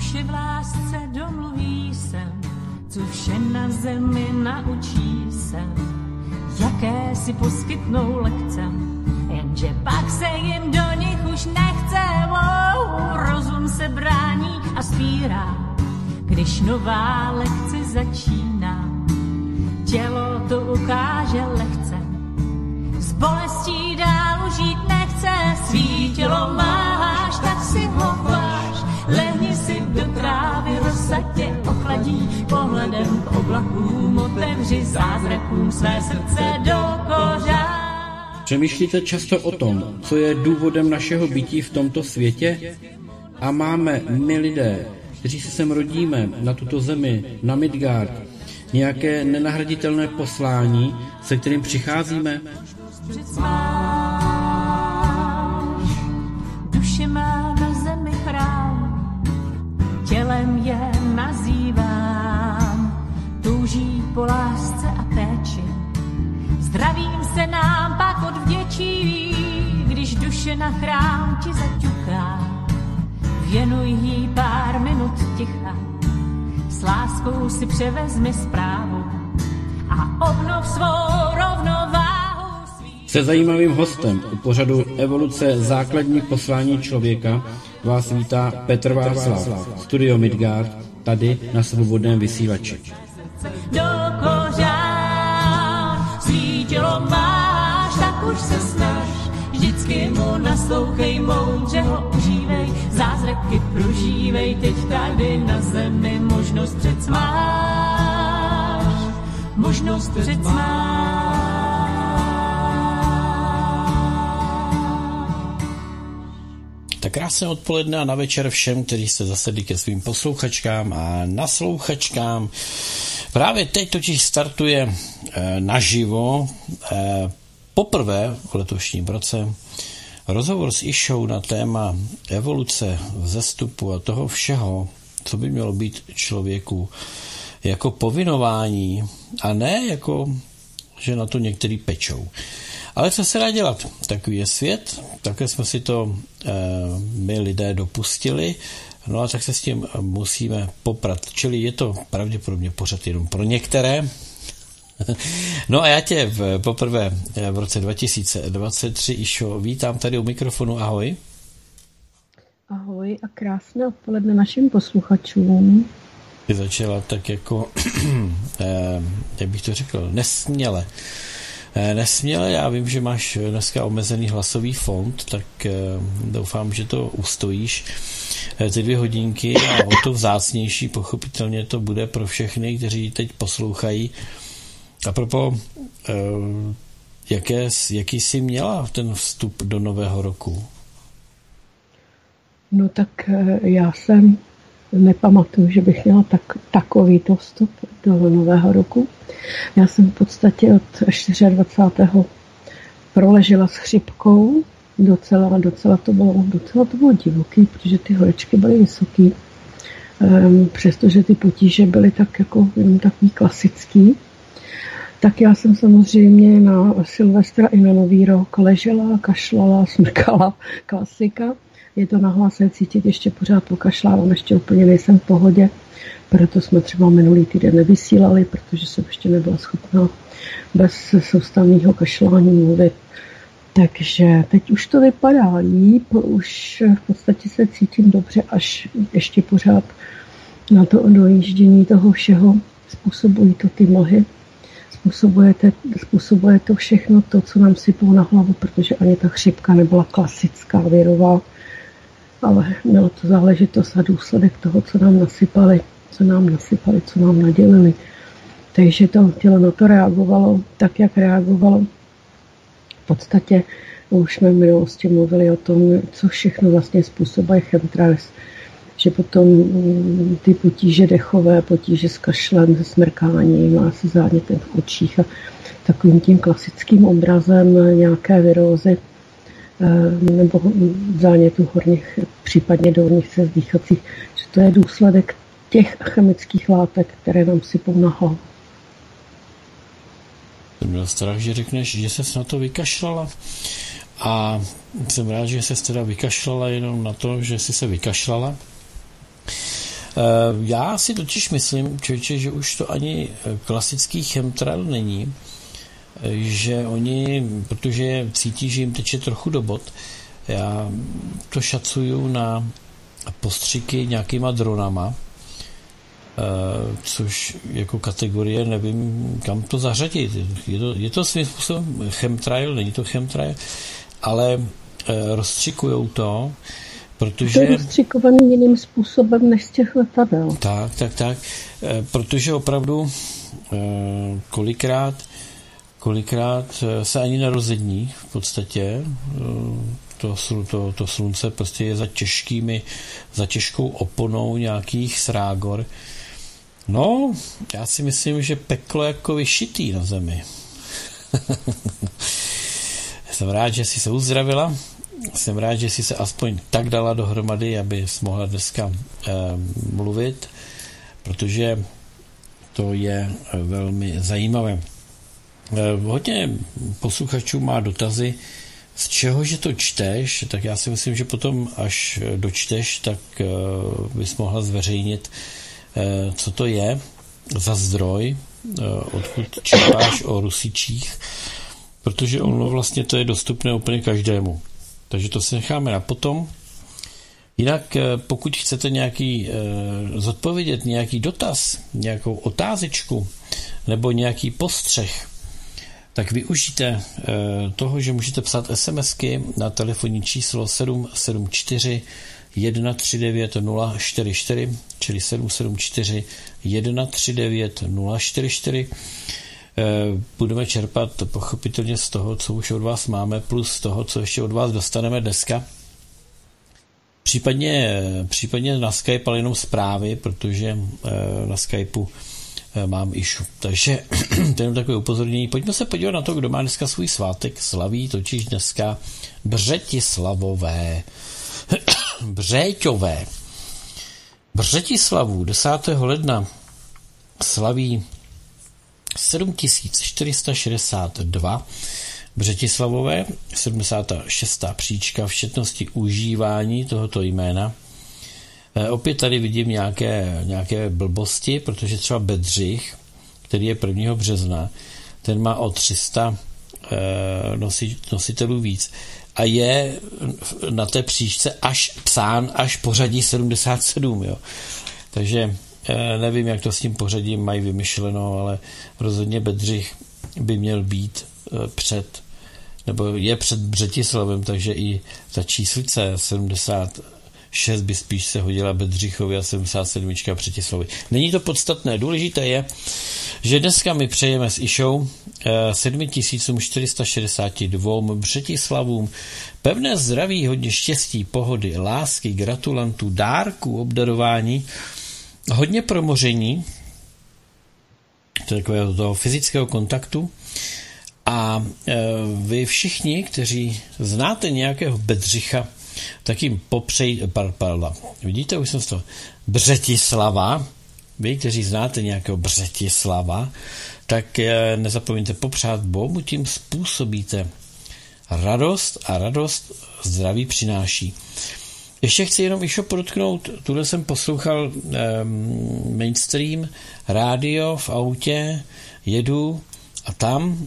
Duše v lásce domluví se, co vše na zemi naučí se, jaké si poskytnou lekce, jenže pak se jim do nich už nechce. Rozum se brání a spírá, když nová lekce začíná. Tělo to ukáže lehce, s bolestí dál žít nechce. Svý tělo máš, tak si ho váž, lehni si do trávy, rosa tě ochladí. Pohledem k oblakům otevři zázrakům své srdce do kořán. Přemýšlíte často o tom, co je důvodem našeho bytí v tomto světě? A máme my lidé, kteří se sem rodíme, na tuto zemi, na Midgard, nějaké nenahraditelné poslání, se kterým přicházíme? Duše má na zemi chrám, tělem je nazývám, touží po lásce a péči. Zdravím se nám pak odvděčí, když duše na chrám ti zaťuká. Věnuj jí pár minut ticha, s láskou si převezmi zprávu a obnov svou rovnováhu. Se zajímavým hostem u pořadu Evoluce základní poslání člověka vás vítá Petr Václav, Studio Midgard, tady na Svobodném vysílači. Do kořán svý tělo máš, tak už se snaž, vždycky mu naslouchej, moudře ho užívej, zázraky prožívej, teď tady na zemi možnost přec máš, možnost přec máš. Tak krásné odpoledne a na večer všem, kteří jste zasedli ke svým posluchačkám a naslouchačkám. Právě teď totiž startuje naživo poprvé v letošním roce rozhovor s Išou na téma evoluce, vzestupu a toho všeho, co by mělo být člověku jako povinování a ne jako, že na to některý pečou. Ale co se dá dělat? Takový je svět, také jsme si to my lidé dopustili, no a tak se s tím musíme poprat. Čili je to pravděpodobně pořád jenom pro některé. No a já tě poprvé v roce 2023, Išo, vítám tady u mikrofonu, ahoj. Ahoj a krásné odpoledne našim posluchačům. Ty začala tak jako, jak bych to řekl, nesměle. Já vím, že máš dneska omezený hlasový fond, tak doufám, že to ustojíš ty 2 hodinky a o to vzácnější pochopitelně to bude pro všechny, kteří teď poslouchají. A propos, jaký jsi měla ten vstup do nového roku? No tak já jsem nepamatuju, že bych měla takovýto vstup do nového roku. Já jsem v podstatě od 24. proležela s chřipkou. Docela to bylo divoký, protože ty horečky byly vysoký. Přestože ty potíže byly tak jako jenom takový klasický. Tak já jsem samozřejmě na Silvestra i na Nový rok ležela, kašlala, smrkala, klasika. Je to nahlas cítit, ještě pořád pokašlávám, ještě úplně nejsem v pohodě. Proto jsme třeba minulý týden nevysílali, protože jsem ještě nebyla schopná bez soustavného kašlání mluvit. Takže teď už to vypadá líp, už v podstatě se cítím dobře, až ještě pořád na to dojíždění toho všeho způsobují to ty mlhy. Způsobuje to všechno to, co nám sypou na hlavu, protože ani ta chřipka nebyla klasická virová, ale mělo to záležitost a důsledek toho, co nám nasypali, co nám nadělili. Takže to tělo na to reagovalo tak, jak reagovalo. V podstatě už jsme v minulosti mluvili o tom, co všechno vlastně způsobuje chemtrails, že potom ty potíže dechové, potíže s kašlem, se smrkáním a se zánětem v očích a takovým tím klasickým obrazem nějaké virózy nebo zánětů horních, případně dolních cest dýchacích, že to je důsledek těch chemických látek, které nám sypou na hlavu. Jsem měl strach, že řekneš, že ses na to vykašlala a jsem rád, že ses teda vykašlala jenom na to, že jsi se vykašlala. Já si totiž myslím, člověče, že už to ani klasický chemtrail není, že oni, protože cítí, že jim teče trochu do bod, já to šacuju na postřiky nějakýma dronama, což jako kategorie nevím, kam to zařadit. Je to svým způsobem chemtrail, není to chemtrail, ale rozstřikujou to, protože... To je rozstřikovaný jiným způsobem než z těch letadel. Tak. Protože opravdu kolikrát se ani nerozední v podstatě. To slunce prostě je za těžkou oponou nějakých srágor. No, já si myslím, že peklo jako vyšitý na zemi. Jsem rád, že jsi se uzdravila. Jsem rád, že jsi se aspoň tak dala dohromady, aby jsi mohla dneska mluvit, protože to je velmi zajímavé. Hodně posluchačů má dotazy, z čeho, že to čteš, tak já si myslím, že potom, až dočteš, tak bys mohla zveřejnit, co to je za zdroj, odkud čerpáš o Rusičích, protože ono vlastně to je dostupné úplně každému. Takže to si necháme na potom. Jinak, pokud chcete zodpovědět nějaký dotaz, nějakou otázečku nebo nějaký postřeh, tak využijte toho, že můžete psát SMSky na telefonní číslo 774 139 044, čili 774 139 044. Budeme čerpat pochopitelně z toho, co už od vás máme, plus z toho, co ještě od vás dostaneme dneska. Případně na Skype, ale jenom zprávy, protože na Skypeu mám issue. Takže to je jenom takové upozornění. Pojďme se podívat na to, kdo má dneska svůj svátek. Slaví totiž dneska Břetislavové. Břeťové. Břetislavu 10. ledna slaví 7462 Břetislavové, 76. příčka v četnosti užívání tohoto jména. Opět tady vidím nějaké blbosti, protože třeba Bedřich, který je 1. března, ten má o 300 nositelů víc a je na té příčce psán až pořadí 77. Jo. Takže nevím, jak to s tím pořadím mají vymyšleno, ale rozhodně Bedřich by měl být je před Břetislavem, takže i ta číslice 76 by spíš se hodila Bedřichovi a 77 Břetislavi. Není to podstatné. Důležité je, že dneska my přejeme s Išou 7462 Břetislavům pevné zdraví, hodně štěstí, pohody, lásky, gratulantů, dárků, obdarování, hodně promoření, takového toho fyzického kontaktu. A vy všichni, kteří znáte nějakého Bedřicha, tak jim vidíte, už jsem z toho Břetislava, vy, kteří znáte nějakého Břetislava, tak nezapomeňte popřát Bohu, tím způsobíte radost a radost zdraví přináší. Ještě chci jenom podotknout, tuhle jsem poslouchal mainstream, rádio v autě, jedu a tam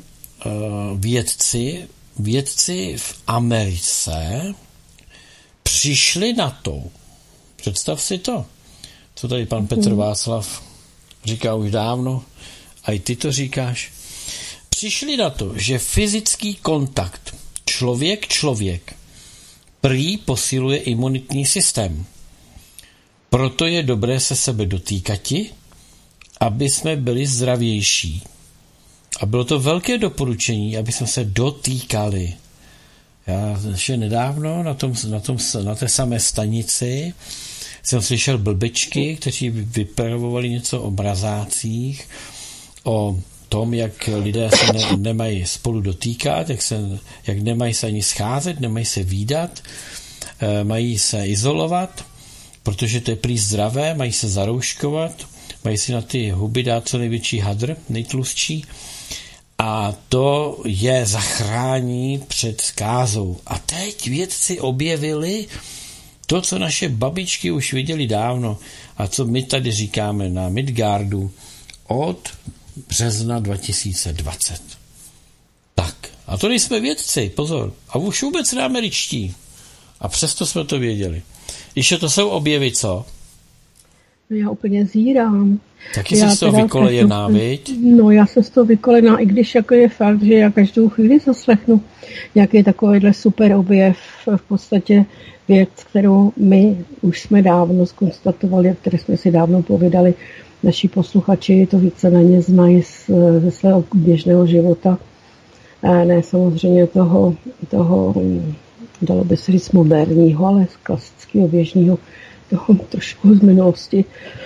vědci v Americe přišli na to, představ si to, co tady pan Petr Václav říká už dávno, a i ty to říkáš, přišli na to, že fyzický kontakt člověk prý posiluje imunitní systém. Proto je dobré se sebe dotýkati, aby jsme byli zdravější. A bylo to velké doporučení, aby jsme se dotýkali. Já ještě nedávno na té samé stanici jsem slyšel blbečky, kteří vypravovali něco o mrazácích, o tom, jak lidé se nemají spolu dotýkat, jak nemají se ani scházet, nemají se vídat, mají se izolovat, protože to je prý zdravé, mají se zarouškovat, mají si na ty huby dát co největší hadr, nejtlustší, a to je zachrání před zkázou. A teď vědci objevili To, co naše babičky už viděli dávno a co my tady říkáme na Midgardu od března 2020. Tak, a to nejsme vědci, pozor, a už vůbec ne američtí. A přesto jsme to věděli. Ještě to jsou objevy, co? Já úplně zírám. Taky jsi z toho vykolejená, viď? No, já jsem z toho vykolejená, i když jako je fakt, že já každou chvíli zaslechnu nějaký takovýhle super objev, v podstatě věc, kterou my už jsme dávno zkonstatovali, které jsme si dávno povídali. Naši posluchači to víceméně znají ze svého běžného života. Ne samozřejmě toho dalo by se říct moderního, ale z klasického běžného, toho trošku z minulosti.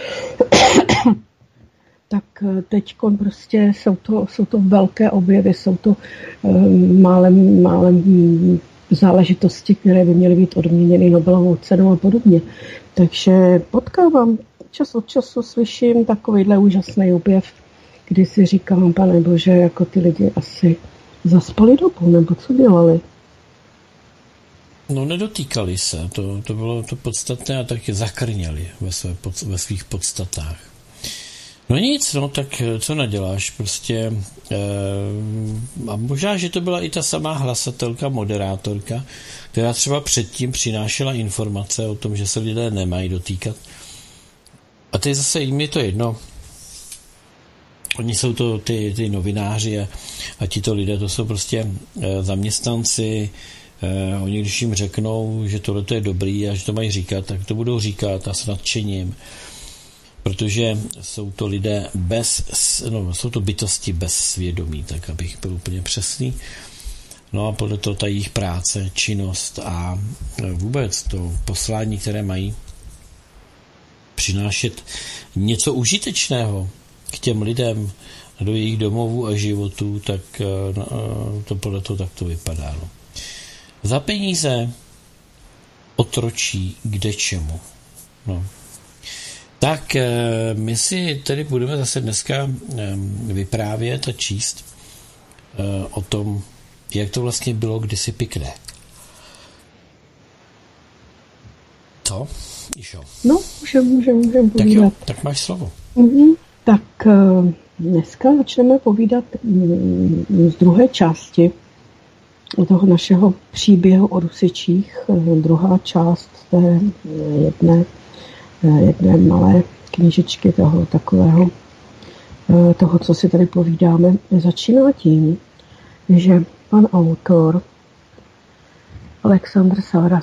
Tak teď prostě jsou to velké objevy, jsou to málem záležitosti, které by měly být odměněny Nobelovou cenou a podobně. Takže potkávám, čas od času slyším takovýhle úžasný objev, kdy si říkám, pane bože, jako ty lidi asi zaspali dobu, nebo co dělali? No, nedotýkali se, to bylo to podstatné a taky zakrněli ve svých podstatách. No nic, no tak co naděláš, prostě a možná, že to byla i ta samá hlasatelka, moderátorka, která třeba předtím přinášela informace o tom, že se lidé nemají dotýkat. A teď zase jim je to jedno. Oni jsou to ty novináři a tito lidé, to jsou prostě zaměstnanci. Oni, když jim řeknou, že tohle je dobrý a že to mají říkat, tak to budou říkat a s nadšením. Protože jsou to lidé jsou to bytosti bez svědomí, tak abych byl úplně přesný. No a podle toho ta jejich práce, činnost a vůbec to poslání, které mají přinášet něco užitečného k těm lidem do jejich domovů a životů, tak to podle toho tak to vypadá. No. Za peníze otročí kde čemu. No. Tak my si tedy budeme zase dneska vyprávět a číst o tom, jak to vlastně bylo kdysi pěkné. Co? Išo? No, můžem povídat. Tak jo, tak máš slovo. Tak dneska začneme povídat z druhé části toho našeho příběhu o Rusičích. Druhá část té jedné malé knížečky toho, co si tady povídáme, začíná tím, že pan autor Aleksandr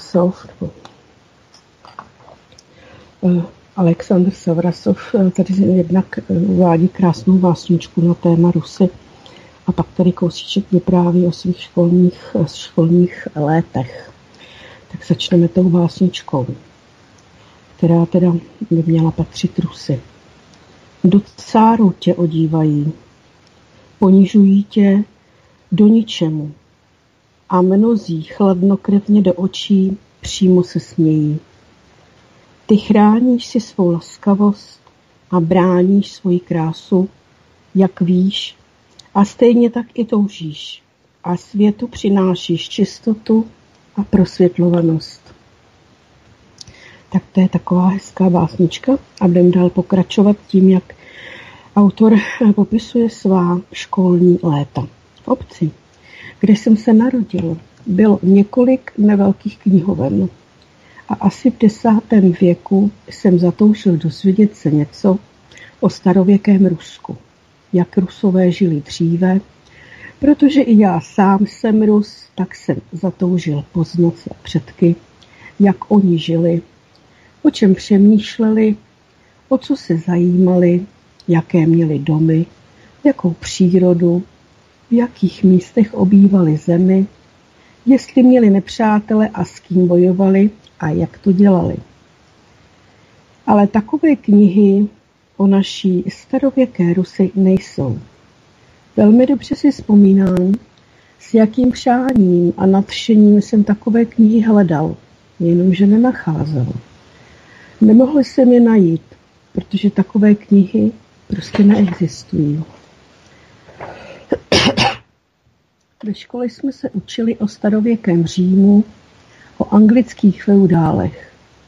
Savrasov tady jednak uvádí krásnou básničku na téma Rusy a pak tady kousíček vypráví o svých školních létech. Tak začneme tou básničkou, která teda by měla patřit Rusy. Do cáru tě odívají, ponižují tě do ničemu a mnozí chladnokrevně do očí přímo se smějí. Ty chráníš si svou laskavost a bráníš svoji krásu, jak víš, a stejně tak i toužíš a světu přinášíš čistotu a prosvětlovanost. Tak to je taková hezká básnička a budeme dál pokračovat tím, jak autor popisuje svá školní léta. V obci, kde jsem se narodil, bylo několik nevelkých knihoven a asi v 10. věku jsem zatoužil dozvědět se něco o starověkém Rusku, jak Rusové žili dříve, protože i já sám jsem Rus, tak jsem zatoužil poznat své předky, jak oni žili, o čem přemýšleli, o co se zajímali, jaké měli domy, jakou přírodu, v jakých místech obývali zemi, jestli měli nepřátele a s kým bojovali a jak to dělali. Ale takové knihy o naší starověké Rusy nejsou. Velmi dobře si vzpomínám, s jakým přáním a nadšením jsem takové knihy hledal, jenomže nenacházel. Nemohl jsem je najít, protože takové knihy prostě neexistují. Ve škole jsme se učili o starověkém Římu, o anglických feudálech,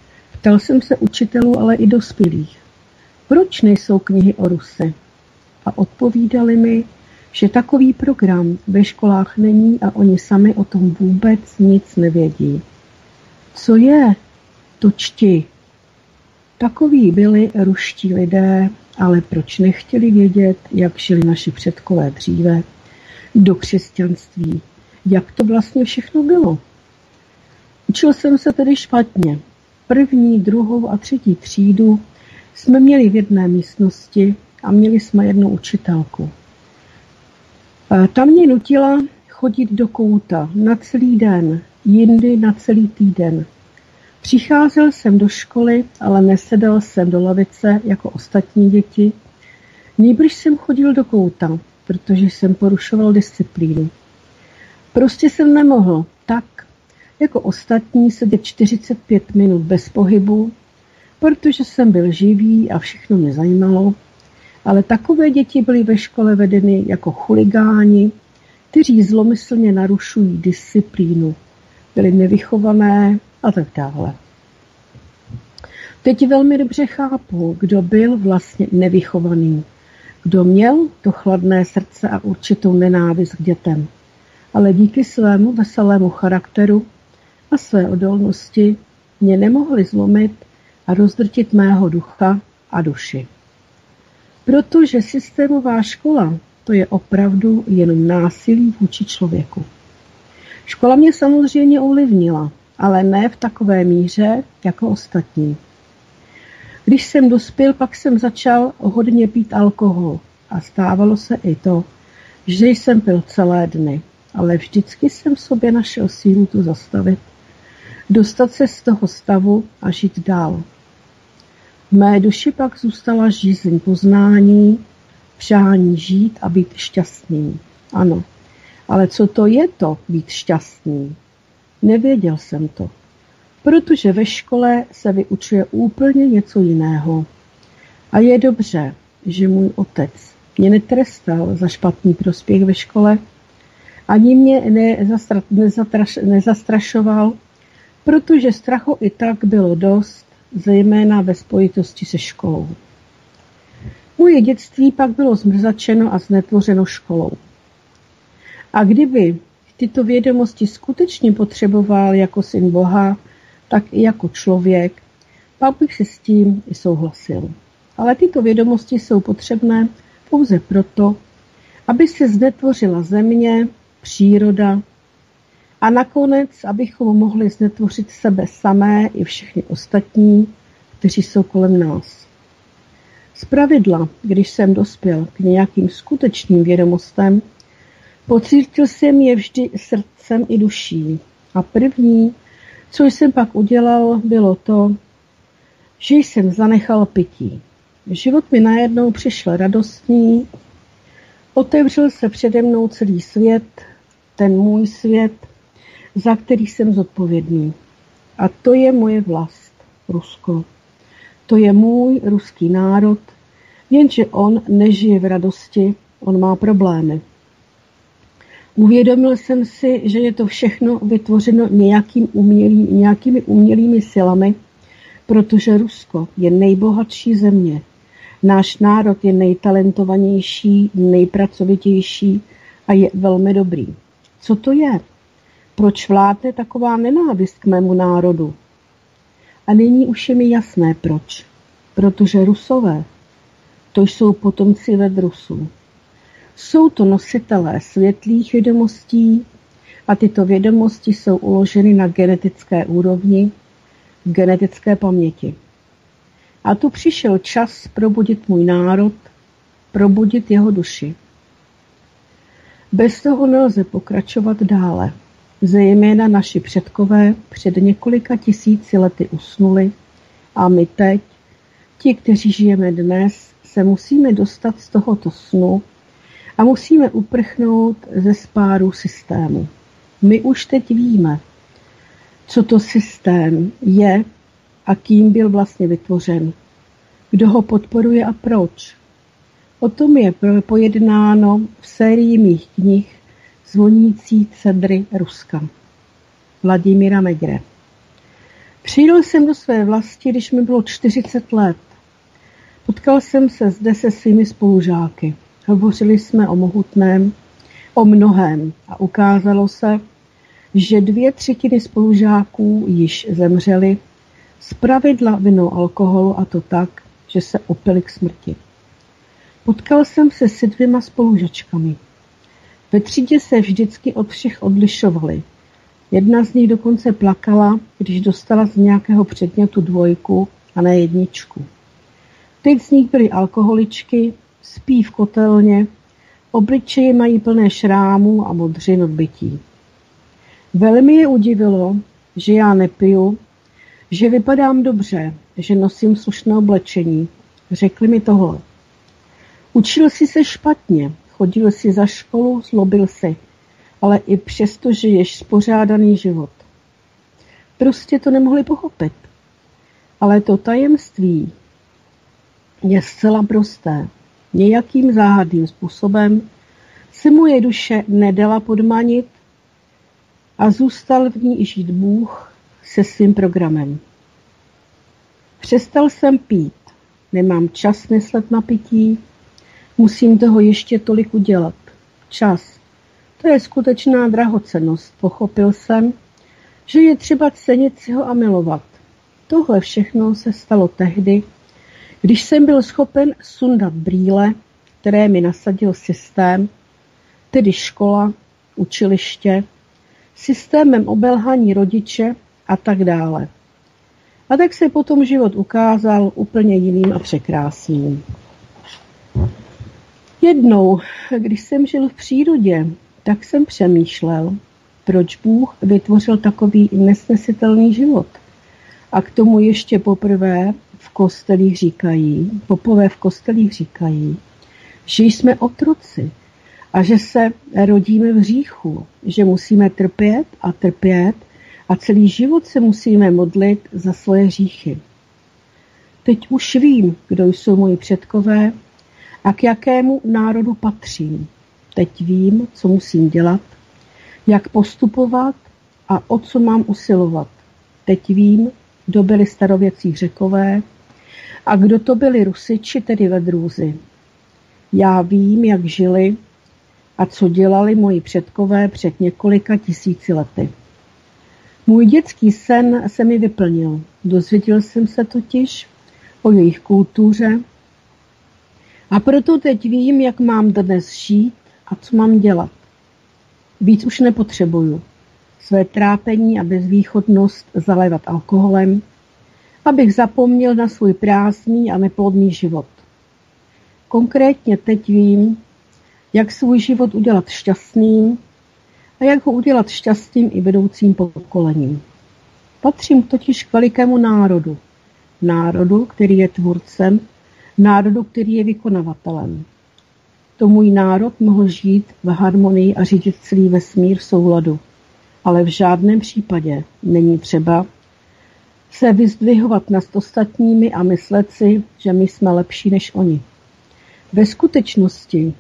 Ptal jsem se učitelů, ale i dospělých, proč nejsou knihy o Rusy? A odpovídali mi, že takový program ve školách není a oni sami o tom vůbec nic nevědí. Co je? To čti. Takoví byli ruští lidé, ale proč nechtěli vědět, jak žili naši předkové dříve, do křesťanství, jak to vlastně všechno bylo. Učil jsem se tedy špatně. 1., 2. a 3. třídu jsme měli v jedné místnosti a měli jsme jednu učitelku. Ta mě nutila chodit do kouta na celý den, jindy na celý týden. Přicházel jsem do školy, ale nesedal jsem do lavice jako ostatní děti. Nýbrž jsem chodil do kouta, protože jsem porušoval disciplínu. Prostě jsem nemohl tak jako ostatní sedět 45 minut bez pohybu, protože jsem byl živý a všechno mě zajímalo. Ale takové děti byly ve škole vedeny jako chuligáni, kteří zlomyslně narušují disciplínu, byli nevychované a tak dále. Teď velmi dobře chápu, kdo byl vlastně nevychovaný, kdo měl to chladné srdce a určitou nenávist k dětem, ale díky svému veselému charakteru a své odolnosti mě nemohli zlomit a rozdrtit mého ducha a duši. Protože systémová škola, to je opravdu jenom násilí vůči člověku. Škola mě samozřejmě ovlivnila, ale ne v takové míře jako ostatní. Když jsem dospěl, pak jsem začal hodně pít alkohol a stávalo se i to, že jsem pil celé dny, ale vždycky jsem sobě našel sílu to zastavit, dostat se z toho stavu a žít dál. V mé duši pak zůstala žízeň poznání, přání žít a být šťastný. Ano, ale co to je to být šťastný? Nevěděl jsem to, protože ve škole se vyučuje úplně něco jiného. A je dobře, že můj otec mě netrestal za špatný prospěch ve škole, ani mě nezastrašoval, protože strachu i tak bylo dost, zejména ve spojitosti se školou. Moje dětství pak bylo zmrzačeno a znetvořeno školou. A kdyby tyto vědomosti skutečně potřeboval jako syn Boha, tak i jako člověk, pak bych si s tím i souhlasil. Ale tyto vědomosti jsou potřebné pouze proto, aby se znetvořila země, příroda a nakonec, abychom mohli znetvořit sebe samé i všechny ostatní, kteří jsou kolem nás. Zpravidla, když jsem dospěl k nějakým skutečným vědomostem, pocítil jsem je vždy srdcem i duší. A první, co jsem pak udělal, bylo to, že jsem zanechal pití. Život mi najednou přišel radostný, otevřel se přede mnou celý svět, ten můj svět, za který jsem zodpovědný. A to je moje vlast, Rusko. To je můj ruský národ, jenže on nežije v radosti, on má problémy. Uvědomil jsem si, že je to všechno vytvořeno nějakými umělými silami, protože Rusko je nejbohatší země. Náš národ je nejtalentovanější, nejpracovitější a je velmi dobrý. Co to je? Proč vládne taková nenávist k mému národu? A nyní už je mi jasné proč. Protože Rusové, to jsou potomci Vedrusů. Jsou to nositelé světlých vědomostí a tyto vědomosti jsou uloženy na genetické úrovni, v genetické paměti. A tu přišel čas probudit můj národ, probudit jeho duši. Bez toho nelze pokračovat dále. Zejména naši předkové před několika tisíci lety usnuli a my teď, ti, kteří žijeme dnes, se musíme dostat z tohoto snu a musíme uprchnout ze spáru systému. My už teď víme, co to systém je a kým byl vlastně vytvořen. Kdo ho podporuje a proč. O tom je pojednáno v sérii mých knih Zvonící cedry Ruska. Vladimíra Megre. Přijel jsem do své vlasti, když mi bylo 40 let. Potkal jsem se zde se svými spolužáky. Hovořili jsme o mnohém a ukázalo se, že 2/3 spolužáků již zemřeli, zpravidla vinou alkoholu, a to tak, že se opili k smrti. Potkal jsem se s 2 spolužačkami. Ve třídě se vždycky od všech odlišovali. Jedna z nich dokonce plakala, když dostala z nějakého předmětu 2 a ne 1. Teď z nich byly alkoholičky, spí v kotelně, obličeje mají plné šrámů a modřin od bytí. Velmi je udivilo, že já nepiju, že vypadám dobře, že nosím slušné oblečení. Řekli mi tohle. Učil jsi se špatně, chodil jsi za školu, zlobil si, ale i přesto žiješ spořádaný život. Prostě to nemohli pochopit. Ale to tajemství je zcela prosté. Nějakým záhadným způsobem se moje duše nedala podmanit a zůstal v ní žít Bůh se svým programem. Přestal jsem pít. Nemám čas myslet na pití. Musím toho ještě tolik udělat. Čas. To je skutečná drahocennost. Pochopil jsem, že je třeba cenit si ho a milovat. Tohle všechno se stalo tehdy, když jsem byl schopen sundat brýle, které mi nasadil systém, tedy škola, učiliště, systémem obelhání rodiče a tak dále. A tak se potom život ukázal úplně jiným a překrásným. Jednou, když jsem žil v přírodě, tak jsem přemýšlel, proč Bůh vytvořil takový nesnesitelný život. A k tomu ještě popové v kostelích říkají, že jsme otroci a že se rodíme v hříchu, že musíme trpět a celý život se musíme modlit za svoje hříchy. Teď už vím, kdo jsou moji předkové a k jakému národu patřím. Teď vím, co musím dělat, jak postupovat a o co mám usilovat. Teď vím, kdo byli starověcí Řekové a kdo to byli Rusiči, tedy vedrůzy. Já vím, jak žili a co dělali moji předkové před několika tisíci lety. Můj dětský sen se mi vyplnil. Dozvěděl jsem se totiž o jejich kultuře a proto teď vím, jak mám dnes žít a co mám dělat. Víc už nepotřebuju své trápení a bezvýchodnost zalévat alkoholem, abych zapomněl na svůj prázdný a neplodný život. Konkrétně teď vím, jak svůj život udělat šťastným a jak ho udělat šťastným i vedoucím pokolením. Patřím totiž k velikému národu. Národu, který je tvůrcem, národu, který je vykonavatelem. To můj národ mohl žít v harmonii a řídit celý vesmír v souladu. Ale v žádném případě není třeba se vyzdvihovat nad ostatními a myslet si, že my jsme lepší než oni. Ve skutečnosti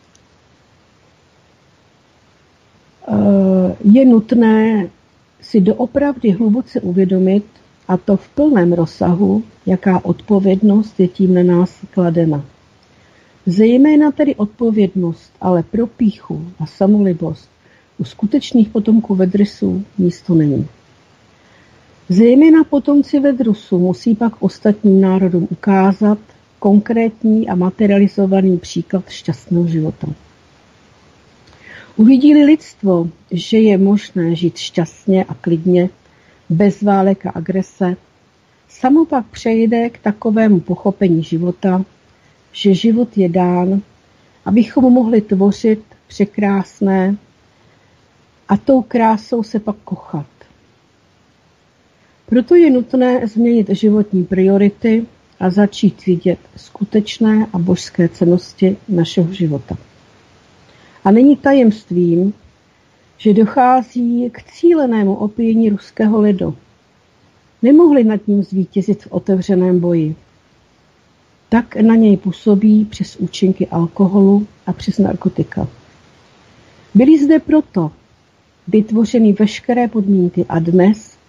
je nutné si doopravdy hluboce uvědomit, a to v plném rozsahu, jaká odpovědnost je tím na nás kladena. Zejména tedy odpovědnost, ale pro pýchu a samolibost u skutečných potomků vedrysů místo není. Zejména potomci vedrusů musí pak ostatním národům ukázat konkrétní a materializovaný příklad šťastného života. Uvidí-li lidstvo, že je možné žít šťastně a klidně, bez válek a agrese, samo pak přejde k takovému pochopení života, že život je dán, abychom mohli tvořit překrásné a tou krásou se pak kochat. Proto je nutné změnit životní priority a začít vidět skutečné a božské cennosti našeho života. A není tajemstvím, že dochází k cílenému opíjení ruského lidu. Nemohli nad ním zvítězit v otevřeném boji. Tak na něj působí přes účinky alkoholu a přes narkotika. Byly zde proto vytvořeny veškeré podmínky a dnes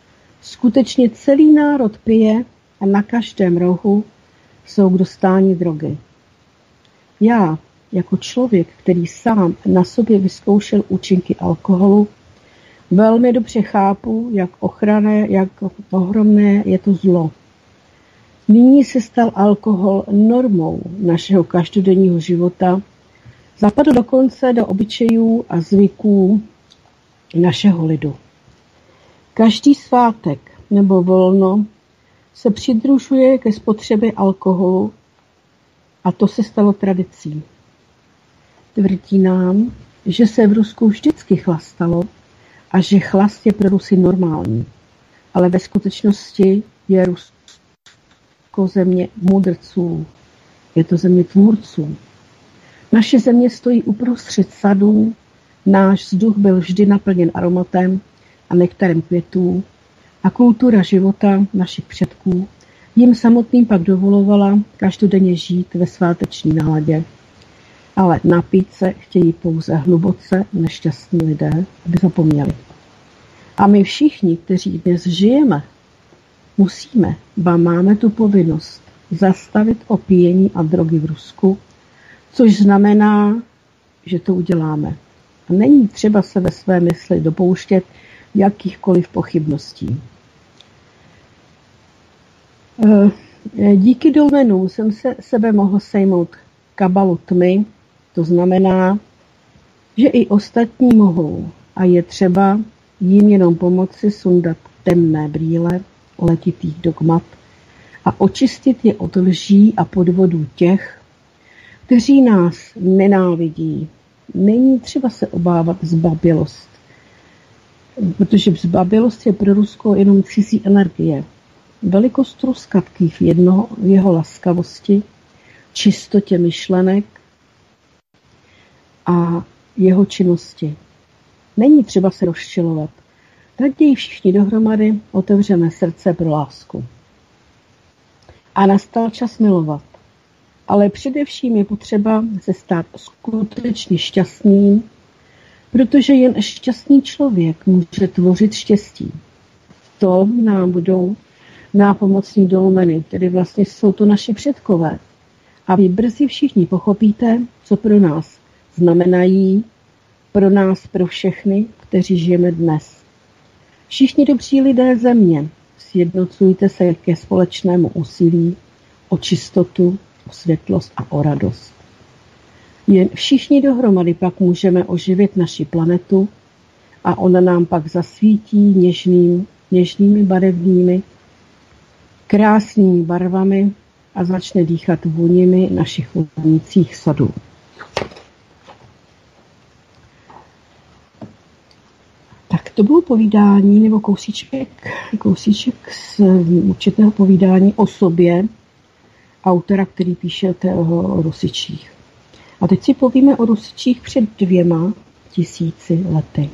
Skutečně celý národ pije a na každém rohu jsou k dostání drogy. Já, jako člověk, který sám na sobě vyzkoušel účinky alkoholu, velmi dobře chápu, jak ohromné je to zlo. Nyní se stal alkohol normou našeho každodenního života, zapadl dokonce do obyčejů a zvyků našeho lidu. Každý svátek nebo volno se přidružuje ke spotřebě alkoholu a to se stalo tradicí. Tvrdí nám, že se v Rusku vždycky chlastalo a že chlast je pro Rusy normální. Ale ve skutečnosti je Rusko země mudrců. Je to země tvůrců. Naše země stojí uprostřed sadů, náš vzduch byl vždy naplněn aromatem a nektarem květů a kultura života našich předků jim samotným pak dovolovala každodenně žít ve sváteční náladě. Ale napít se chtějí pouze hluboce nešťastní lidé, aby zapomněli. A my všichni, kteří dnes žijeme, musíme, ba máme tu povinnost zastavit opíjení a drogy v Rusku, což znamená, že to uděláme. A není třeba se ve své mysli dopouštět jakýchkoliv pochybností. Díky dolmenům jsem sebe mohl sejmout kabalu tmy, to znamená, že i ostatní mohou a je třeba jim jenom pomoci sundat temné brýle letitých dogmat a očistit je od lží a podvodů těch, kteří nás nenávidí. Není třeba se obávat zbabělost, protože zbabělost je pro Rusko jenom cizí energie. Velikost Ruska tkví v jeho laskavosti, čistotě myšlenek a jeho činnosti. Není třeba se rozčilovat. Raději všichni dohromady otevřeme srdce pro lásku. A nastal čas milovat. Ale především je potřeba se stát skutečně šťastným, protože jen šťastný člověk může tvořit štěstí. V tom nám budou nápomocní dolmeny, tedy vlastně jsou to naši předkové. A vy brzy všichni pochopíte, co pro nás znamenají, pro nás, pro všechny, kteří žijeme dnes. Všichni dobří lidé země, sjednocujte se ke společnému úsilí o čistotu, o světlost a o radost. Jen všichni dohromady pak můžeme oživit naši planetu a ona nám pak zasvítí něžnými barevnými, krásnými barvami a začne dýchat vůněmi našich vonících sadů. Tak to bylo povídání nebo kousíček z určitého povídání o sobě autora, který píše o Rusičích. A teď si povíme o Rusičích před 2000 lety.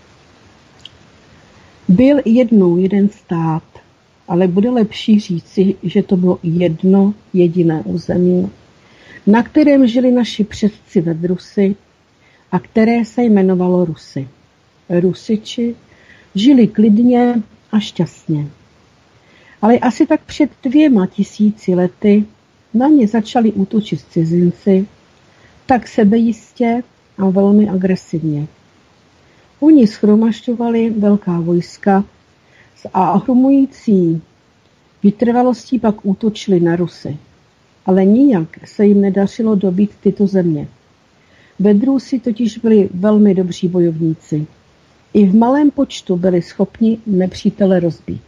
Byl jednou jeden stát, ale bude lepší říci, že to bylo jedno jediné území, na kterém žili naši předci vedrusy a které se jmenovalo Rusy. Rusiči žili klidně a šťastně. Ale asi tak před 2000 lety na ně začali útočit cizinci, tak sebejistě a velmi agresivně. Oni shromažďovali velká vojska a ohromující vytrvalostí pak útočili na Rusy. Ale nijak se jim nedařilo dobít tyto země. Vedrusi totiž byli velmi dobří bojovníci. I v malém počtu byli schopni nepřítele rozbít.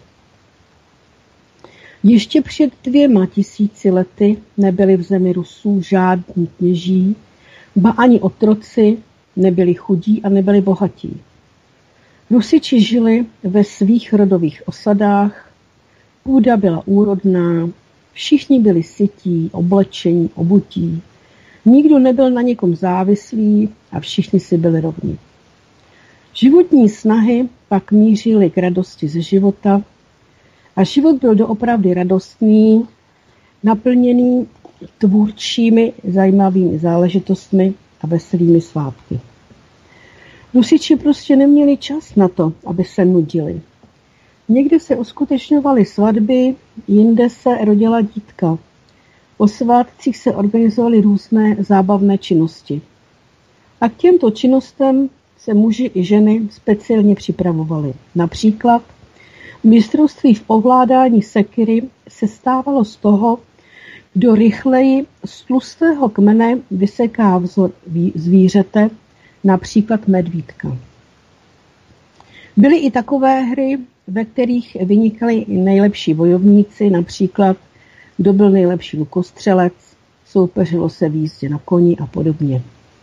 Ještě před 2000 lety nebyli v zemi Rusů žádní kněží, ba ani otroci, nebyli chudí a nebyli bohatí. Rusiči žili ve svých rodových osadách, půda byla úrodná, všichni byli sytí, oblečení, obutí. Nikdo nebyl na někom závislý a všichni si byli rovni. Životní snahy pak mířily k radosti ze života a život byl doopravdy radostný, naplněný tvůrčími zajímavými záležitostmi a veselými svátky. Rusiči prostě neměli čas na to, aby se nudili. Někde se uskutečňovaly svatby, jinde se rodila dítka. O svátcích se organizovaly různé zábavné činnosti. A k těmto činnostem se muži i ženy speciálně připravovali. Například mistrovství v ovládání sekyry se stávalo z toho, kdo rychleji z tlustého kmene vyseká vzor zvířete, například medvídka. Byly i takové hry, ve kterých vynikali nejlepší bojovníci, například kdo byl nejlepší lukostřelec, soupeřilo se v jízdě na koni a podobně.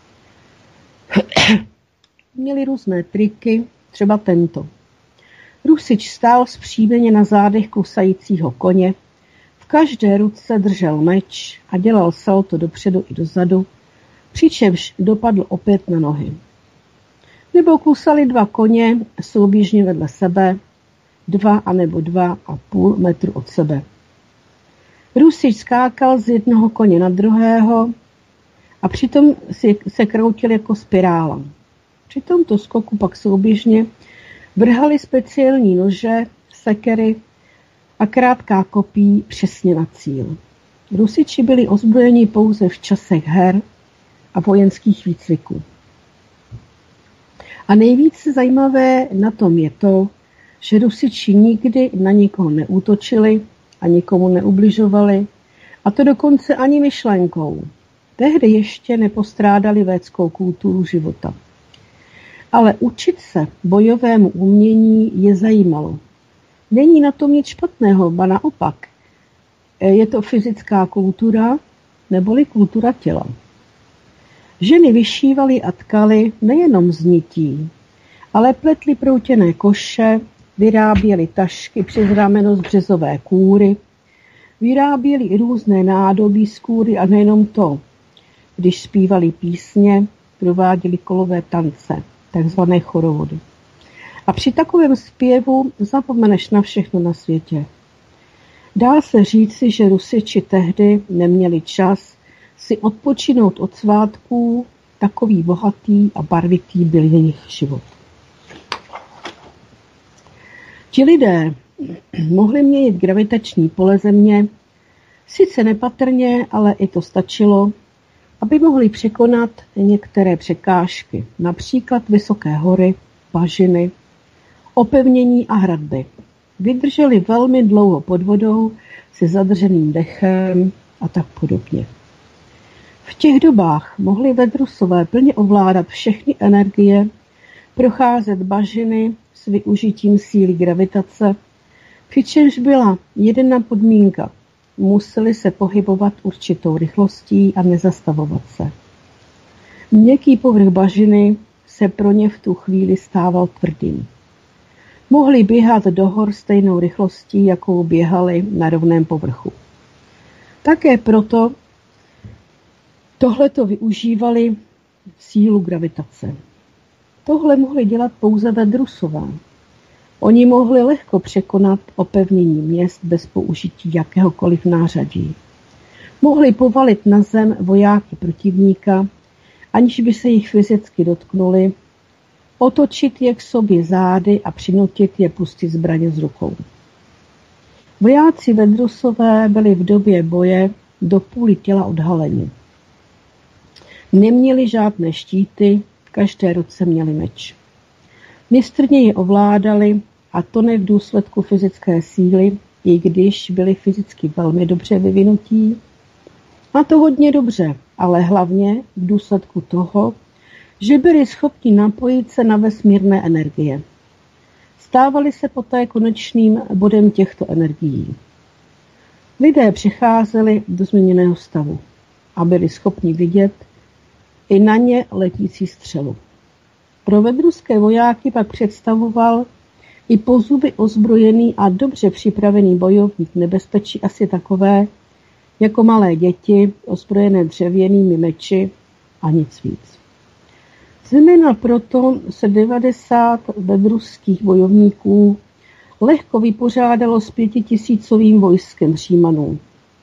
Měli různé triky, třeba tento. Rusič stál vzpřímeně na zádech klusajícího koně, v každé ruce držel meč a dělal salto dopředu i dozadu, přičemž dopadl opět na nohy. Nebo klusali dva koně souběžně vedle sebe, 2 anebo 2,5 metru od sebe. Rusič skákal z jednoho koně na druhého a přitom se kroutil jako spirála. Při tomto skoku pak souběžně vrhali speciální nože, sekery a krátká kopí přesně na cíl. Rusiči byli ozbrojeni pouze v časech her a vojenských výcviků. A nejvíce zajímavé na tom je to, že Rusiči nikdy na nikoho neútočili a nikomu neubližovali, a to dokonce ani myšlenkou. Tehdy ještě nepostrádali védskou kulturu života. Ale učit se bojovému umění je zajímalo. Není na tom nic špatného, ba naopak. Je to fyzická kultura, neboli kultura těla. Ženy vyšívaly a tkaly nejenom z nití, ale pletly proutěné koše, vyráběly tašky přes rameno z březové kůry, vyráběly i různé nádobí z kůry a nejenom to. Když zpívali písně, prováděli kolové tance, takzvané chorovody. A při takovém zpěvu zapomeneš na všechno na světě. Dá se říci, že Rusiči tehdy neměli čas si odpočinout od svátků, takový bohatý a barvitý byl jejich život. Ti lidé mohli měnit gravitační pole Země, sice nepatrně, ale i to stačilo, aby mohli překonat některé překážky, například vysoké hory, bažiny, opevnění a hradby. Vydrželi velmi dlouho pod vodou se zadrženým dechem a tak podobně. V těch dobách mohli Vedrusové plně ovládat všechny energie, procházet bažiny s využitím síly gravitace, přičemž byla jedna podmínka. Museli se pohybovat určitou rychlostí a nezastavovat se. Měkký povrch bažiny se pro ně v tu chvíli stával tvrdým. Mohli běhat do hor stejnou rychlostí, jakou běhali na rovném povrchu. Také proto tohleto využívali sílu gravitace. Tohle mohli dělat pouze Vedrusové. Oni mohli lehko překonat opevnění měst bez použití jakéhokoliv nářadí. Mohli povalit na zem vojáky protivníka, aniž by se jich fyzicky dotknuli, otočit je k sobě zády a přinutit je pustit zbraně z rukou. Vojáci Vedrusové byli v době boje do půly těla odhaleni. Neměli žádné štíty, v každé ruce měli meč. Mistrně je ovládali, a to ne v důsledku fyzické síly, i když byli fyzicky velmi dobře vyvinutí. A to hodně dobře, ale hlavně v důsledku toho, že byli schopni napojit se na vesmírné energie. Stávali se poté konečným bodem těchto energií. Lidé přicházeli do změněného stavu a byli schopni vidět i na ně letící střelu. Pro vedruské vojáky pak představoval i po zuby ozbrojený a dobře připravený bojovník nebezpečí asi takové, jako malé děti ozbrojené dřevěnými meči a nic víc. Zejména proto se 90 vedruských bojovníků lehko vypořádalo s 5000 vojskem Římanů.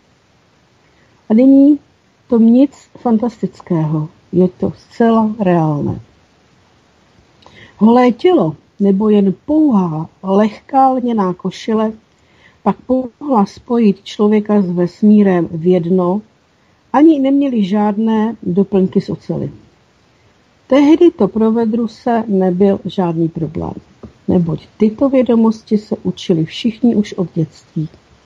A není to nic fantastického, je to zcela reálné. Holé tělo nebo jen pouhá lehká lněná košile pak mohla spojit člověka s vesmírem v jedno, ani neměli žádné doplňky z oceli. Tehdy to pro Vedruse nebyl žádný problém, neboť tyto vědomosti se učili všichni už od dětství.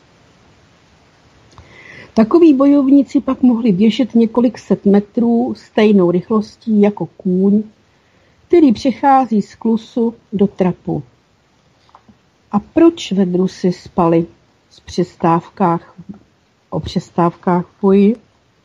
Takoví bojovníci pak mohli běžet několik set metrů stejnou rychlostí jako kůň, který přechází z klusu do trapu. A proč Vedrusy spali o přestávkách v boji?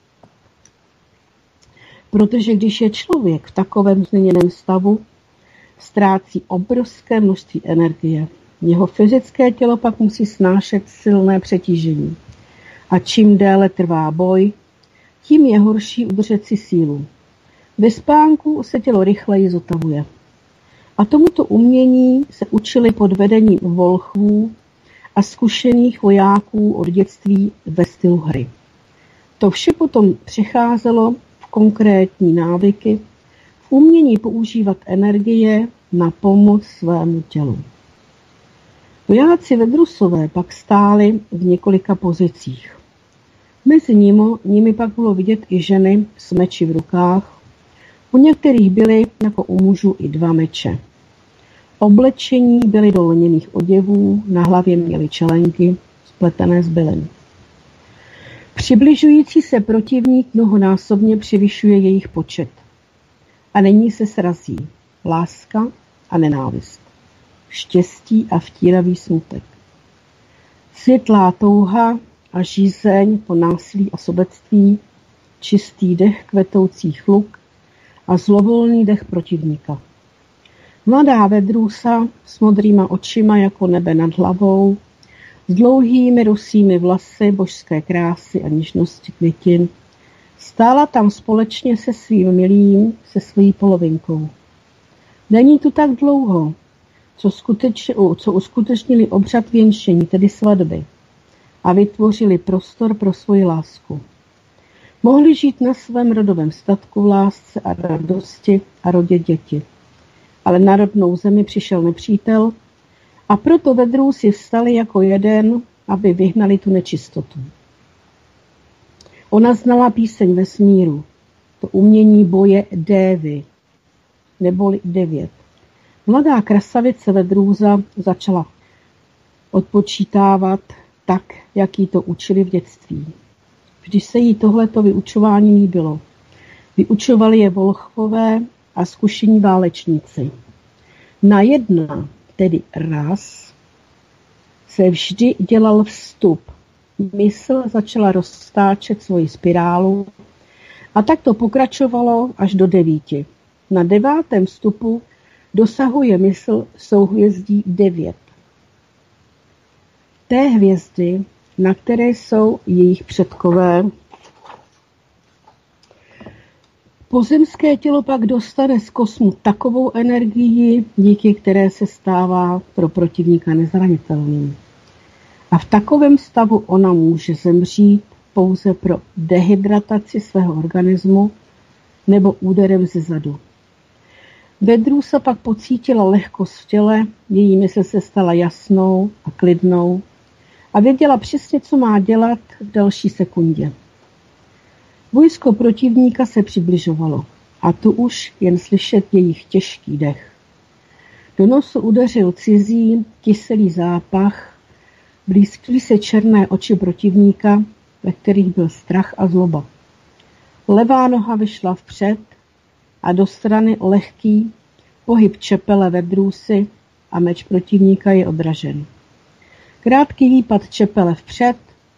Protože když je člověk v takovém změněném stavu, ztrácí obrovské množství energie. Jeho fyzické tělo pak musí snášet silné přetížení. A čím déle trvá boj, tím je horší udržet si sílu. Ve spánku se tělo rychleji zotavuje. A tomuto umění se učili pod vedením volchů a zkušených vojáků od dětství ve stylu hry. To vše potom přecházelo v konkrétní návyky, v umění používat energie na pomoc svému tělu. Vojáci Vedrusové pak stáli v několika pozicích. Mezi nimi pak bylo vidět i ženy s meči v rukách. U některých byly, jako u mužů, i 2 meče. Oblečení byly do lněných oděvů, na hlavě měli čelenky spletené z bylin. Přibližující se protivník mnohonásobně převyšuje jejich počet. A nyní se srazí láska a nenávist, štěstí a vtíravý smutek, světlá touha a žízeň po násilí a sobectví, čistý dech kvetoucích luk a zlovolný dech protivníka. Mladá Vedrusa s modrýma očima jako nebe nad hlavou, s dlouhými rusými vlasy božské krásy a něžnosti květin, stála tam společně se svým milým, se svojí polovinkou. Není tu tak dlouho, co uskutečnili obřad věnčení, tedy svatby, a vytvořili prostor pro svoji lásku. Mohli žít na svém rodovém statku v lásce a radosti a rodit děti. Ale na rodnou zemi přišel nepřítel a proto Vedrusy vstali jako jeden, aby vyhnali tu nečistotu. Ona znala píseň vesmíru, to umění boje Dévy, neboli 9. Mladá krasavice Vedrusa začala odpočítávat tak, jak jí to učili v dětství. Vždyť se jí tohleto vyučování líbilo. Vyučovali je volchové a zkušení válečníci. Na jedna, tedy raz, se vždy dělal vstup. Mysl začala roztáčet svoji spirálu a tak to pokračovalo až do 9. Na 9. vstupu dosahuje mysl souhvězdí 9. Té hvězdy, na které jsou jejich předkové. Pozemské tělo pak dostane z kosmu takovou energii, díky které se stává pro protivníka nezranitelným. A v takovém stavu ona může zemřít pouze pro dehydrataci svého organismu nebo úderem ze zadu. Vedrusa pak pocítila lehkost v těle, její mysl se stala jasnou a klidnou a věděla přesně, co má dělat v další sekundě. Vojsko protivníka se přibližovalo a tu už jen slyšet jejich těžký dech. Do nosu udeřil cizí, kyselý zápach, blízkly se černé oči protivníka, ve kterých byl strach a zloba. Levá noha vyšla vpřed a do strany lehký pohyb čepele Vedrusy a meč protivníka je odražen. Krátký výpad čepele vpřed,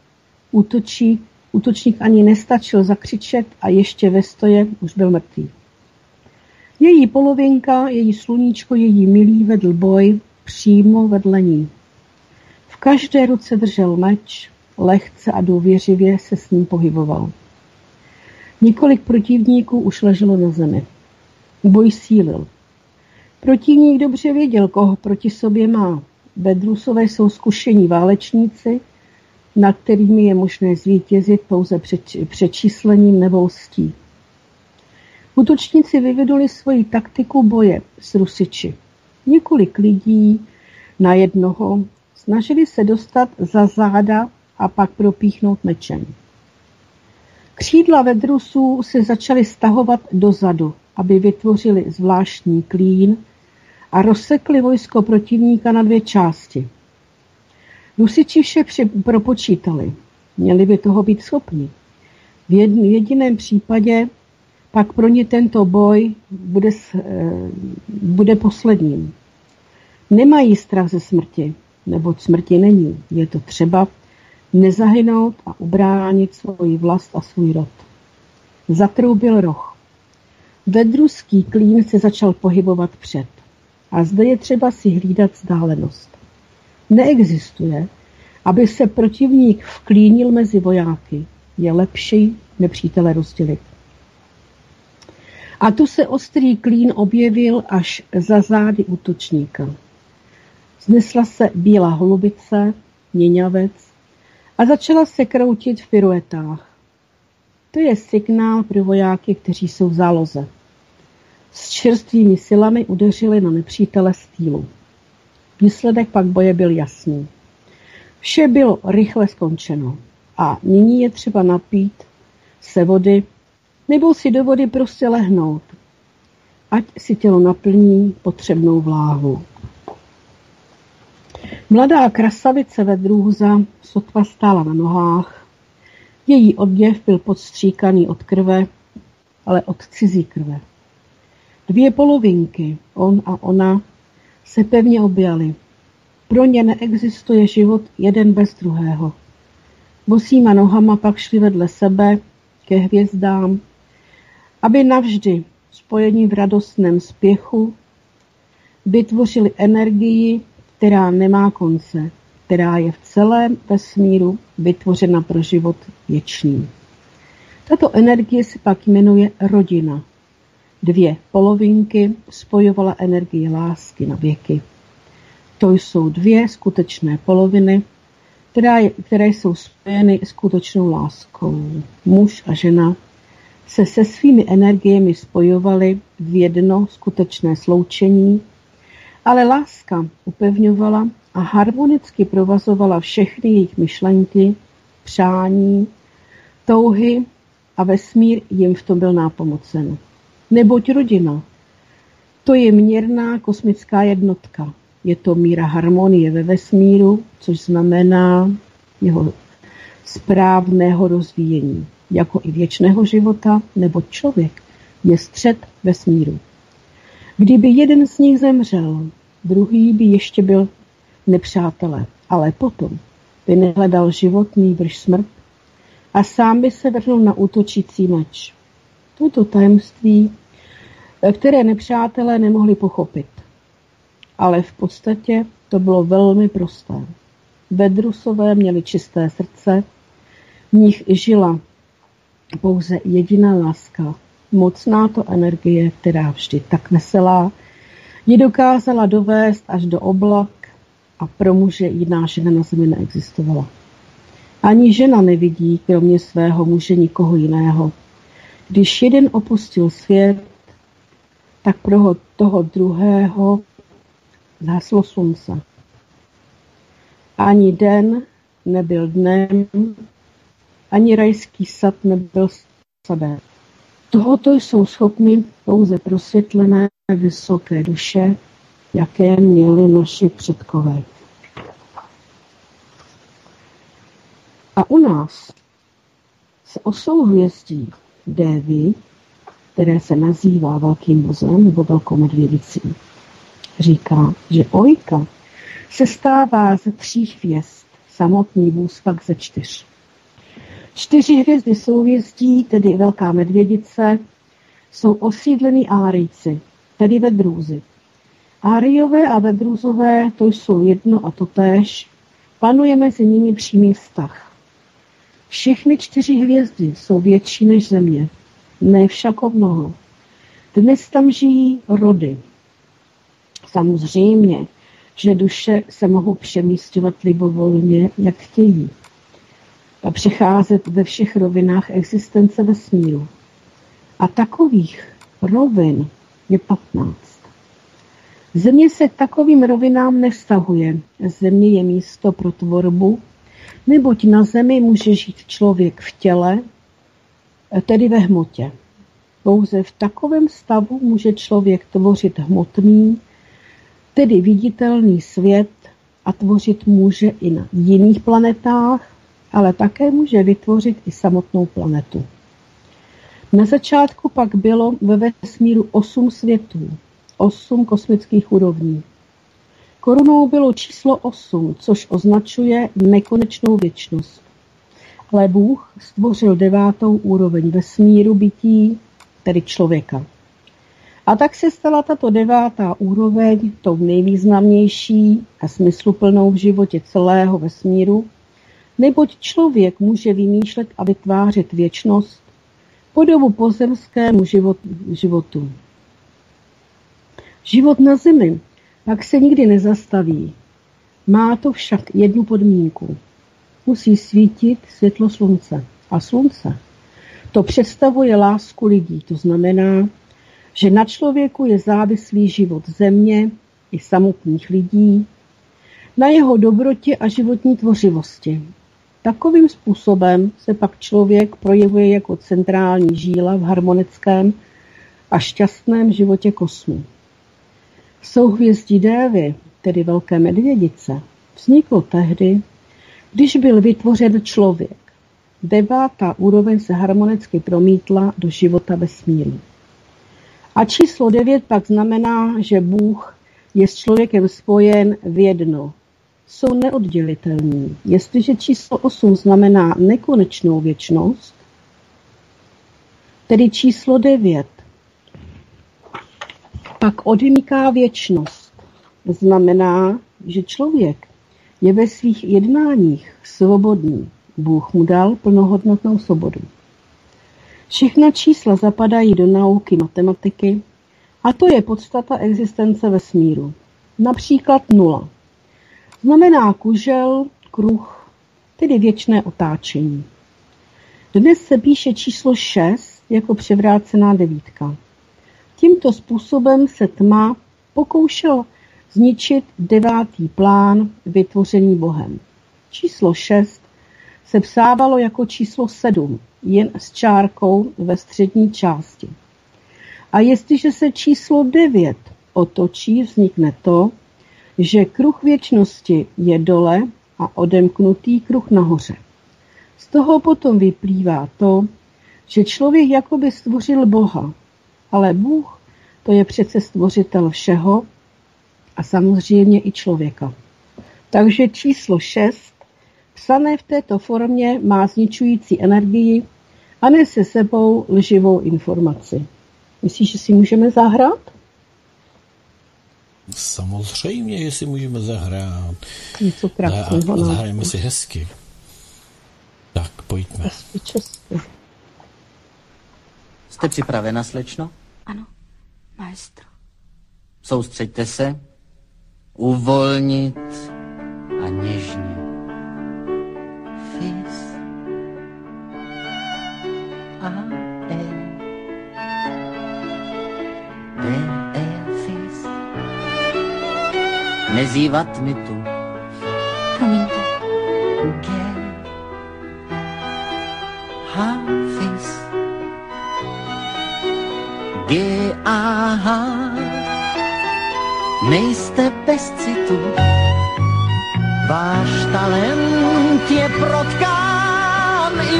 útočník ani nestačil zakřičet a ještě ve stoje už byl mrtvý. Její polovinka, její sluníčko, její milý vedl boj přímo vedle ní. V každé ruce držel meč, lehce a důvěřivě se s ním pohyboval. Několik protivníků už leželo na zemi. Boj sílil. Protivník dobře věděl, koho proti sobě má. Vedrusové jsou zkušení válečníci, na kterými je možné zvítězit pouze přečíslením nebo lstí. Útočníci vyvinuli svoji taktiku boje s Rusiči. Několik lidí na jednoho snažili se dostat za záda a pak propíchnout mečem. Křídla vedrusů se začaly stahovat dozadu, aby vytvořili zvláštní klín a rozsekli vojsko protivníka na 2 části. Rusiči vše propočítali. Měli by toho být schopni. V jediném případě pak pro ně tento boj bude posledním. Nemají strach ze smrti, neboť smrti není. Je to třeba nezahynout a ubránit svoji vlast a svůj rod. Zatroubil roh. Vedruský klín se začal pohybovat před. A zde je třeba si hlídat vzdálenost. Neexistuje, aby se protivník vklínil mezi vojáky. Je lepší nepřítele rozdělit. A tu se ostrý klín objevil až za zády útočníka. Znesla se bílá holubice, měňavec, a začala se kroutit v piruetách. To je signál pro vojáky, kteří jsou v záloze. S čerstvými silami udeřili na nepřítele z týlu. Výsledek pak boje byl jasný. Vše bylo rychle skončeno a nyní je třeba napít se vody nebo si do vody prostě lehnout, ať si tělo naplní potřebnou vláhu. Mladá krasavice Vedrůza sotva stála na nohách. Její oděv byl podstříkaný od krve, ale od cizí krve. 2 polovinky, on a ona, se pevně objali. Pro ně neexistuje život jeden bez druhého. Bosýma nohama pak šli vedle sebe ke hvězdám, aby navždy spojení v radostném spěchu vytvořili energii, která nemá konce, která je v celém vesmíru vytvořena pro život věčný. Tato energie se pak jmenuje rodina. 2 polovinky spojovala energii lásky na věky. To jsou 2 skutečné poloviny, které jsou spojeny skutečnou láskou. Muž a žena se svými energiemi spojovali v jedno skutečné sloučení, ale láska upevňovala a harmonicky provazovala všechny jejich myšlenky, přání, touhy a vesmír jim v tom byl nápomocen. Neboť rodina, to je měrná kosmická jednotka. Je to míra harmonie ve vesmíru, což znamená jeho správného rozvíjení, jako i věčného života, nebo člověk je střed vesmíru. Kdyby jeden z nich zemřel, druhý by ještě byl nepřátelé, ale potom by nehledal život, nýbrž smrt a sám by se vrhnul na útočící meč. Toto tajemství, které nepřátelé nemohli pochopit. Ale v podstatě to bylo velmi prosté. Vedrusové měli čisté srdce, v nich žila pouze jediná láska, mocná to energie, která vždy tak veselá, ji dokázala dovést až do oblak a pro muže jiná žena na zemi neexistovala. Ani žena nevidí kromě svého muže nikoho jiného. Když jeden opustil svět, tak pro toho druhého zhaslo slunce. Ani den nebyl dnem, ani rajský sad nebyl sadem. Tohoto jsou schopny pouze prosvětlené vysoké duše, jaké měli naši předkové. A u nás se o souhvězdí Dévy, které se nazývá Velkým vozem nebo Velkou medvědicí, říká, že Ojka se stává ze 3 hvězd, samotný vůz pak ze 4. 4 hvězdy souhvězdí, tedy Velká medvědice, jsou osídlení Árijci, tedy Vedrůzy. Árijové a Vedrůzové, to jsou jedno a totéž, panuje mezi nimi přímý vztah. Všechny 4 hvězdy jsou větší než Země, ne však o mnoho. Dnes tam žijí rody. Samozřejmě, že duše se mohou přemísťovat libovolně, jak chtějí, a přecházet ve všech rovinách existence vesmíru. A takových rovin je 15. Země se k takovým rovinám nevztahuje. Země je místo pro tvorbu, neboť na zemi může žít člověk v těle, tedy ve hmotě. Pouze v takovém stavu může člověk tvořit hmotný, tedy viditelný svět a tvořit může i na jiných planetách, ale také může vytvořit i samotnou planetu. Na začátku pak bylo ve vesmíru 8 světů, 8 kosmických úrovní. Korunou bylo číslo 8, což označuje nekonečnou věčnost. Ale Bůh stvořil 9. úroveň vesmíru bytí, tedy člověka. A tak se stala tato 9. úroveň tou nejvýznamnější a smysluplnou v životě celého vesmíru, neboť člověk může vymýšlet a vytvářet věčnost, podobu pozemskému životu. Život na zemi pak se nikdy nezastaví. Má to však jednu podmínku. Musí svítit světlo slunce. A slunce to představuje lásku lidí. To znamená, že na člověku je závislý život země i samotných lidí, na jeho dobrotě a životní tvořivosti. Takovým způsobem se pak člověk projevuje jako centrální žíla v harmonickém a šťastném životě kosmu. Souhvězdí Dévy, tedy Velké medvědice, vzniklo tehdy, když byl vytvořen člověk. 9. úroveň se harmonicky promítla do života vesmíru. A číslo 9 pak znamená, že Bůh je s člověkem spojen v jedno. Jsou neoddělitelní. Jestliže číslo 8 znamená nekonečnou věčnost, tedy číslo 9 pak odmítá věčnost. Znamená, že člověk je ve svých jednáních svobodný. Bůh mu dal plnohodnotnou svobodu. Všechna čísla zapadají do nauky matematiky a to je podstata existence vesmíru. Například 0. Znamená kužel, kruh, tedy věčné otáčení. Dnes se píše číslo 6 jako převrácená 9. Tímto způsobem se tma pokoušel zničit 9. plán vytvořený Bohem. Číslo 6 se psávalo jako číslo 7, jen s čárkou ve střední části. A jestliže se číslo 9 otočí, vznikne to, že kruh věčnosti je dole a odemknutý kruh nahoře. Z toho potom vyplývá to, že člověk jakoby stvořil Boha, ale Bůh to je přece stvořitel všeho a samozřejmě i člověka. Takže číslo 6, psané v této formě, má zničující energii a nese sebou lživou informaci. Myslíš, že si můžeme zahrát? Samozřejmě, že si můžeme zahrát. Něco krásného. A zahrajeme si hezky. Tak, pojďme. Česky. Jste připravena, slečno? Ano, maestro. Soustřeďte se. Uvolnit a něžně. Fis. A e. Fis. Nezývat mi tu. Promiňte. Ge. Fis. G-A-H. Nejste bez citu, váš talent je protkán i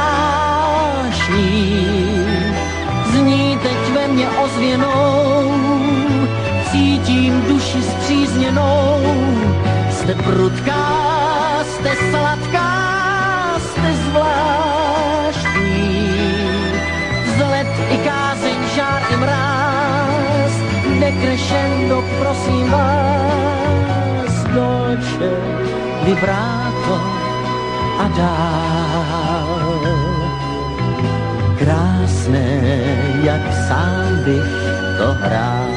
vášní. Zní teď ve mně ozvěnou, cítím duši zpřízněnou. Jste prudká, jste sladká, jste zvláštní. Vzlet i kázeň, žár i mráz, decrescendo, prosím vás, dolce, vibrato a dál. Krásné, jak sám bych to hrál.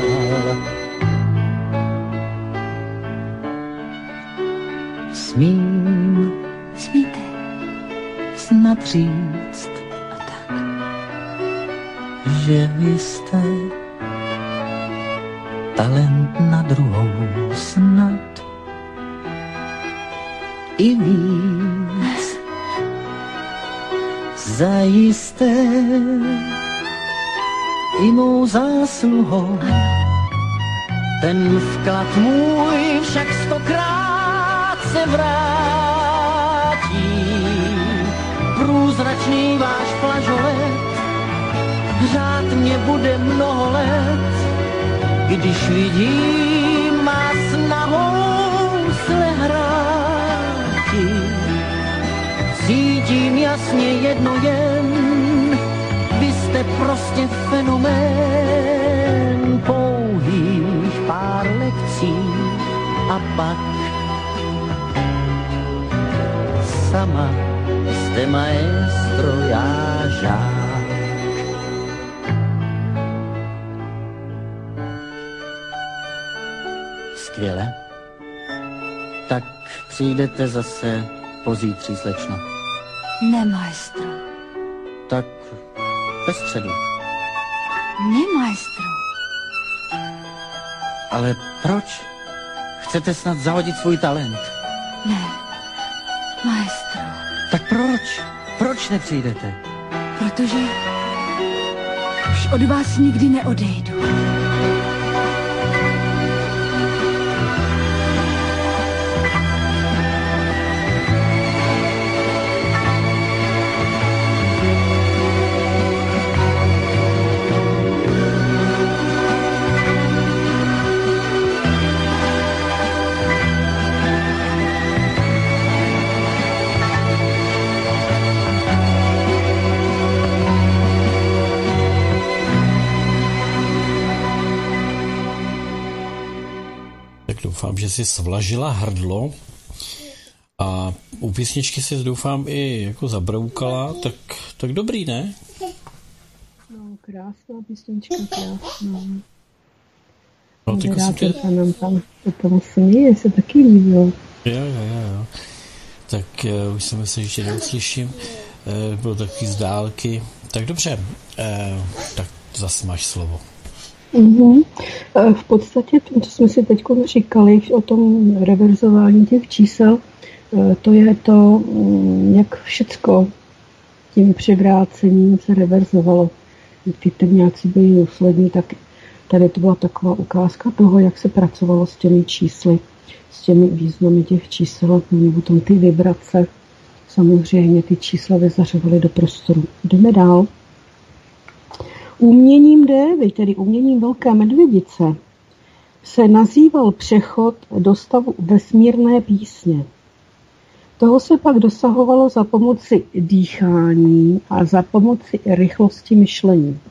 Smíte snad říct A tak. že vy jste talent na druhou snad i víc. Zajisté i mou zásluhou, ten vklad můj však 100krát se vrátí. Průzračný váš flažolet řád mě bude mnoho let, když vidím má snahou se hráti. Cítím jasně jedno jen, vy jste prostě fenomén. Pouhých pár lekcí a pak sama jste maestro, já žák. Skvěle. Tak přijdete zase pozítří, slečno. Ne, maestro. Tak ve středu. Ne, maestro. Ale proč? Chcete snad zahodit svůj talent? Ne, maestro. Tak proč? Proč nepřijdete? Protože už od vás nikdy neodejdu. Doufám, že si svlažila hrdlo a u písničky si doufám i jako zabroukala, tak dobrý, ne? No, krásná písnička, krásná. No, tak to musím jí, se taky líbilo. Jo. Tak už jsem myslel, že tě neuslyším. Bylo taky z dálky. Tak dobře, tak zase máš slovo. Mm-hmm. V podstatě to, co jsme si teď říkali o tom reverzování těch čísel, to je to, jak všecko tím převrácením se reverzovalo. Ty temňáci byli důslední, tak tady to byla taková ukázka toho, jak se pracovalo s těmi čísly, s těmi významy těch čísel, nebo tam ty vibrace. Samozřejmě ty čísla vyzařovaly do prostoru. Jdeme dál. Uměním dévy, tedy uměním velké medvědice, se nazýval přechod do stavu vesmírné písně. Toho se pak dosahovalo za pomoci dýchání a za pomoci rychlosti myšlení.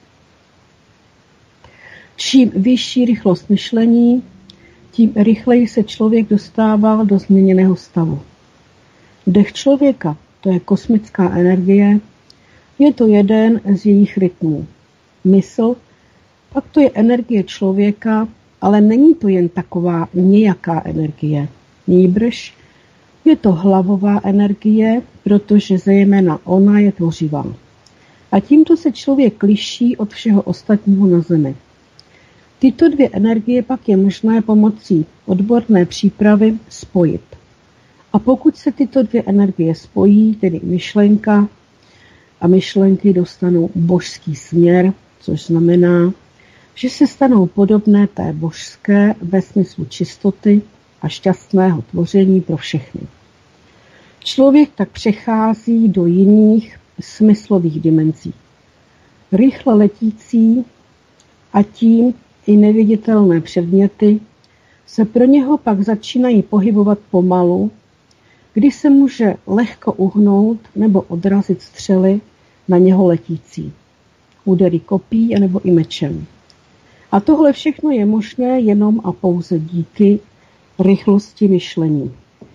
Čím vyšší rychlost myšlení, tím rychleji se člověk dostával do změněného stavu. Dech člověka, to je kosmická energie, je to jeden z jejich rytmů. Mysl, pak to je energie člověka, ale není to jen taková nějaká energie. Nýbrž je to hlavová energie, protože zejména ona je tvořivá. A tímto se člověk liší od všeho ostatního na zemi. Tyto dvě energie pak je možné pomocí odborné přípravy spojit. A pokud se tyto dvě energie spojí, tedy myšlenka a myšlenky dostanou božský směr, což znamená, že se stanou podobné té božské ve smyslu čistoty a šťastného tvoření pro všechny. Člověk tak přechází do jiných smyslových dimenzí. Rychle letící a tím i neviditelné předměty se pro něho pak začínají pohybovat pomalu, kdy se může lehko uhnout nebo odrazit střely na něho letící, údery kopí anebo i mečem. A tohle všechno je možné jenom a pouze díky rychlosti myšlení.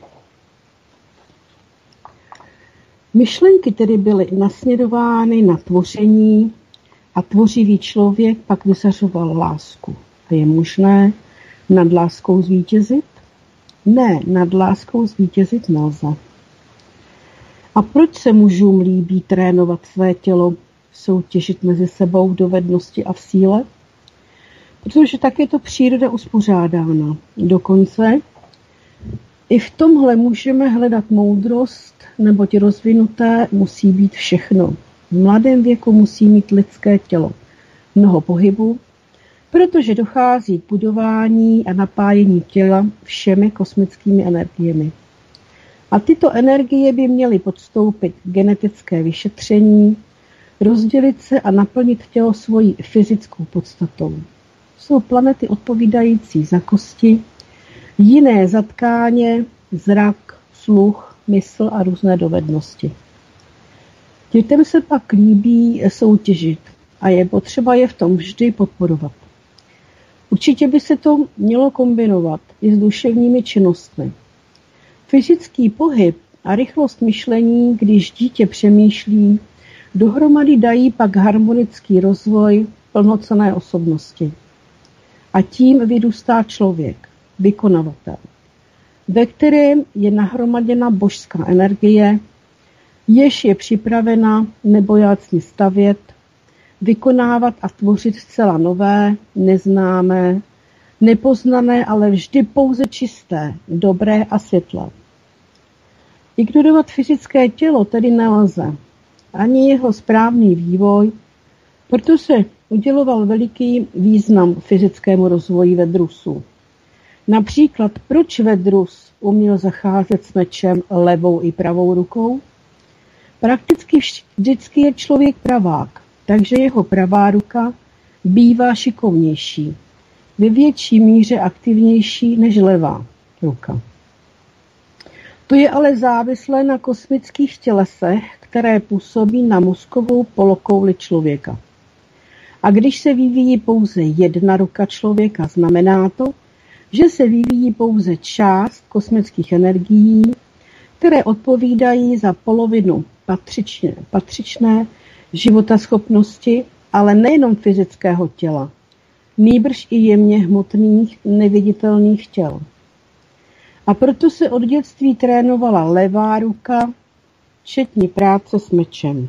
Myšlenky tedy byly nasměrovány na tvoření a tvořivý člověk pak vyzařoval lásku. A je možné nad láskou zvítězit? Ne, nad láskou zvítězit nelze. A proč se mužům líbí trénovat své tělo, soutěžit mezi sebou v dovednosti a v síle? Protože tak je to příroda uspořádána. Dokonce i v tomhle můžeme hledat moudrost, neboť rozvinuté musí být všechno. V mladém věku musí mít lidské tělo mnoho pohybu, protože dochází k budování a napájení těla všemi kosmickými energiemi. A tyto energie by měly podstoupit genetické vyšetření, rozdělit se a naplnit tělo svojí fyzickou podstatou. Jsou planety odpovídající za kosti, jiné za tkáně, zrak, sluch, mysl a různé dovednosti. Dětem se pak líbí soutěžit a je potřeba je v tom vždy podporovat. Určitě by se to mělo kombinovat i s duševními činnostmi. Fyzický pohyb a rychlost myšlení, když dítě přemýšlí, dohromady dají pak harmonický rozvoj plnocenné osobnosti. A tím vyrůstá člověk, vykonavatel, ve kterém je nahromaděna božská energie, jež je připravena nebojácně stavět, vykonávat a tvořit zcela nové, neznámé, nepoznané, ale vždy pouze čisté, dobré a světlé. Ignorovat fyzické tělo tedy nelze, ani jeho správný vývoj, proto se uděloval veliký význam fyzickému rozvoji vedrusů. Například, proč vedrus uměl zacházet s mečem levou i pravou rukou? Prakticky vždycky je člověk pravák, takže jeho pravá ruka bývá šikovnější, ve větší míře aktivnější než levá ruka. To je ale závislé na kosmických tělesech, které působí na mozkovou polokouli člověka. A když se vyvíjí pouze jedna ruka člověka, znamená to, že se vyvíjí pouze část kosmických energií, které odpovídají za polovinu patřičné životaschopnosti, ale nejenom fyzického těla, nýbrž i jemně hmotných, neviditelných těl. A proto se od dětství trénovala levá ruka, včetně práce s mečem.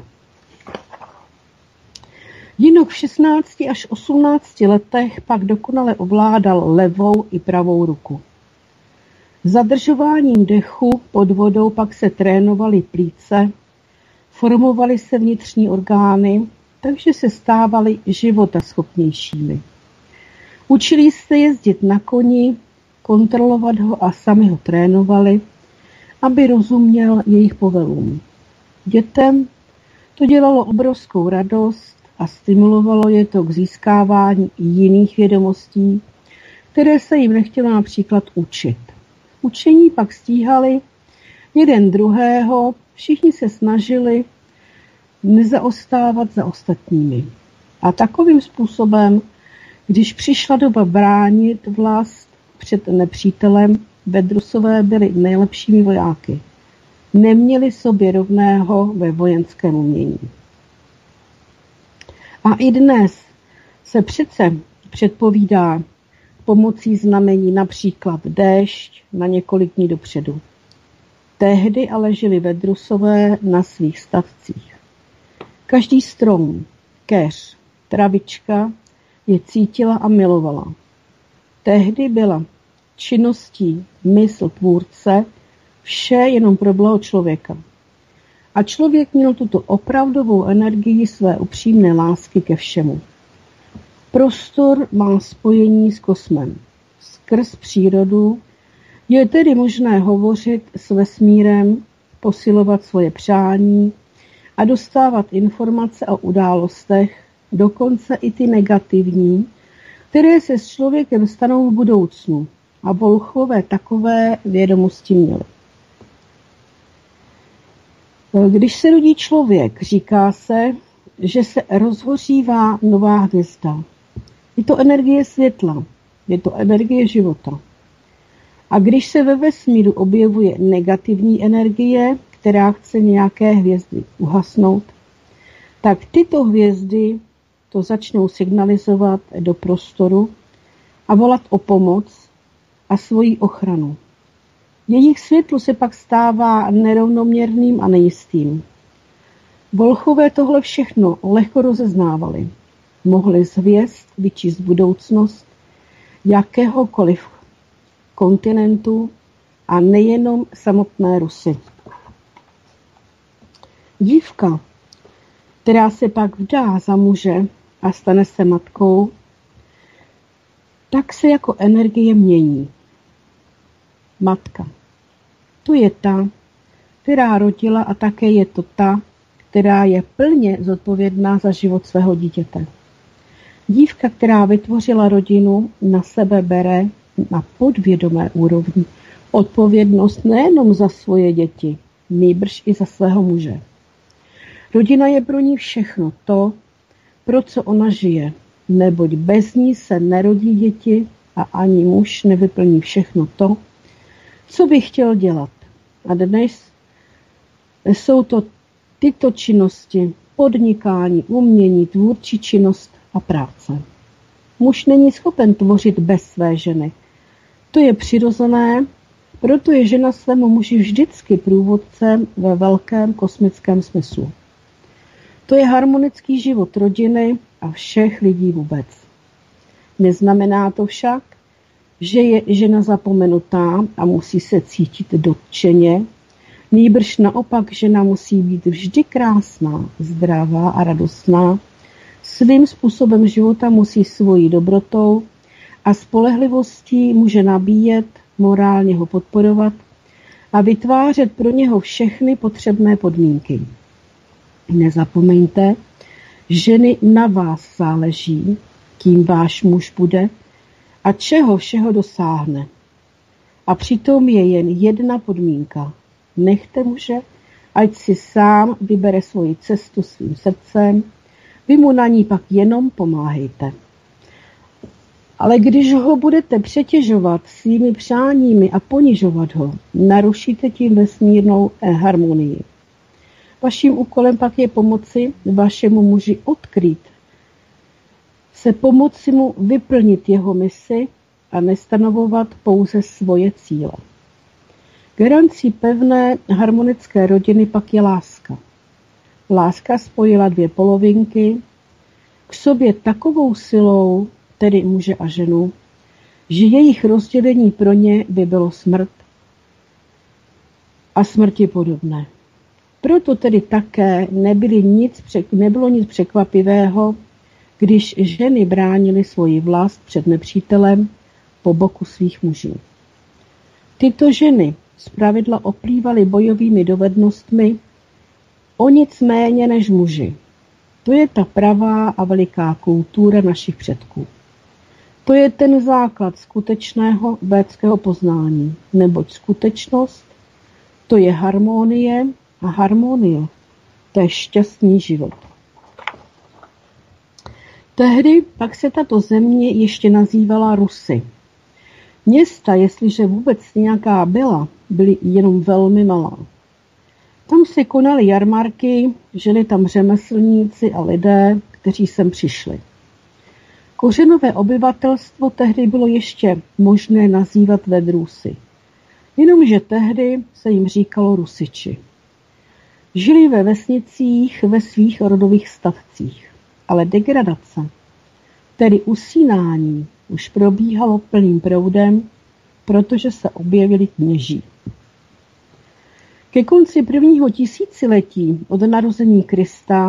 Jinok v 16 až 18 letech pak dokonale ovládal levou i pravou ruku. Zadržováním dechu pod vodou pak se trénovaly plíce, formovaly se vnitřní orgány, takže se stávaly životaschopnějšími. Učili se jezdit na koni, kontrolovat ho a sami ho trénovali, aby rozuměl jejich povelům. Dětem to dělalo obrovskou radost a stimulovalo je to k získávání jiných vědomostí, které se jim nechtělo například učit. Učení pak stíhali jeden druhého, všichni se snažili nezaostávat za ostatními. A takovým způsobem, když přišla doba bránit vlast před nepřítelem, vedrusové byli nejlepšími vojáky. Neměli sobě rovného ve vojenském umění. A i dnes se přece předpovídá pomocí znamení například déšť na několik dní dopředu. Tehdy ale žili vedrusové na svých stavcích. Každý strom, keř, travička je cítila a milovala. Tehdy byla činností mysl tvůrce vše jenom pro blaho člověka. A člověk měl tuto opravdovou energii své upřímné lásky ke všemu. Prostor má spojení s kosmem. Skrz přírodu je tedy možné hovořit s vesmírem, posilovat svoje přání a dostávat informace o událostech, dokonce i ty negativní, které se s člověkem stanou v budoucnu. A Volchové takové vědomosti měli. Když se rodí člověk, říká se, že se rozhořívá nová hvězda. Je to energie světla, je to energie života. A když se ve vesmíru objevuje negativní energie, která chce nějaké hvězdy uhasnout, tak tyto hvězdy to začnou signalizovat do prostoru a volat o pomoc a svoji ochranu. Jejich světlo se pak stává nerovnoměrným a nejistým. Volchové tohle všechno lehko rozeznávali. Mohli z hvězd vyčíst budoucnost jakéhokoliv kontinentu a nejenom samotné Rusy. Dívka, která se pak vdá za muže a stane se matkou, tak se jako energie mění. Matka. To je ta, která rodila, a také je to ta, která je plně zodpovědná za život svého dítěte. Dívka, která vytvořila rodinu, na sebe bere na podvědomé úrovni odpovědnost nejenom za svoje děti, nýbrž i za svého muže. Rodina je pro ní všechno to, pro co ona žije, neboť bez ní se nerodí děti a ani muž nevyplní všechno to, co by chtěl dělat. A dnes jsou to tyto činnosti: podnikání, umění, tvůrčí činnost a práce. Muž není schopen tvořit bez své ženy. To je přirozené, proto je žena svému muži vždycky průvodcem ve velkém kosmickém smyslu. To je harmonický život rodiny a všech lidí vůbec. Neznamená to však, že je žena zapomenutá a musí se cítit dotčeně, nýbrž naopak žena musí být vždy krásná, zdravá a radostná, svým způsobem života musí svojí dobrotou a spolehlivostí může nabíjet, morálně ho podporovat a vytvářet pro něho všechny potřebné podmínky. Nezapomeňte, ženy, na vás záleží, kým váš muž bude a čeho všeho dosáhne. A přitom je jen jedna podmínka. Nechte muže, ať si sám vybere svoji cestu svým srdcem, vy mu na ní pak jenom pomáhejte. Ale když ho budete přetěžovat svými přáními a ponižovat ho, narušíte tím vesmírnou harmonii. Vaším úkolem pak je pomoci vašemu muži odkrýt se, pomoci mu vyplnit jeho misi a nestanovovat pouze svoje cíle. Garancí pevné harmonické rodiny pak je láska. Láska spojila dvě polovinky k sobě takovou silou, tedy muže a ženu, že jejich rozdělení pro ně by bylo smrt a smrti podobné. Proto tedy také nebylo nic překvapivého, když ženy bránily svoji vlast před nepřítelem po boku svých mužů. Tyto ženy zpravidla oplývaly bojovými dovednostmi o nic méně než muži. To je ta pravá a veliká kultura našich předků. To je ten základ skutečného védského poznání, neboť skutečnost, to je harmonie a harmonie, to je šťastný život. Tehdy pak se tato země ještě nazývala Rusy. Města, jestliže vůbec nějaká byla, byly jenom velmi malá. Tam se konaly jarmarky, žili tam řemeslníci a lidé, kteří sem přišli. Kořenové obyvatelstvo tehdy bylo ještě možné nazývat Vedrusy. Jenomže tehdy se jim říkalo Rusiči. Žili ve vesnicích ve svých rodových statcích, ale degradace, tedy usínání, už probíhalo plným proudem, protože se objevili kněží. Ke konci prvního tisíciletí od narození Krista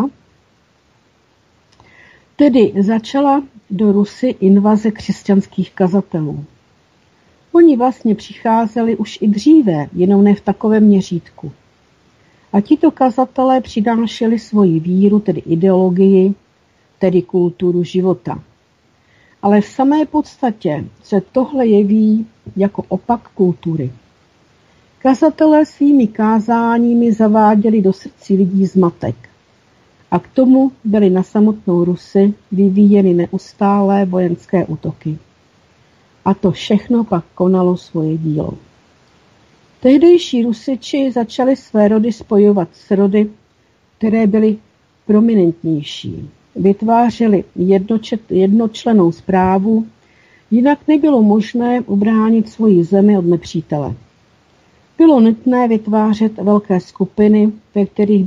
tedy začala do Rusy invaze křesťanských kazatelů. Oni vlastně přicházeli už i dříve, jenom ne v takovém měřítku. A tito kazatelé přinášeli svoji víru, tedy ideologii, tedy kulturu života. Ale v samé podstatě se tohle jeví jako opak kultury. Kazatelé svými kázáními zaváděli do srdcí lidí zmatek. A k tomu byly na samotnou Rusi vyvíjeny neustálé vojenské útoky. A to všechno pak konalo svoje dílo. Tehdejší Rusiči začali své rody spojovat s rody, které byly prominentnější. Vytvářeli jednočlennou správu, jinak nebylo možné ubránit svoji zemi od nepřítele. Bylo nutné vytvářet velké skupiny, ve kterých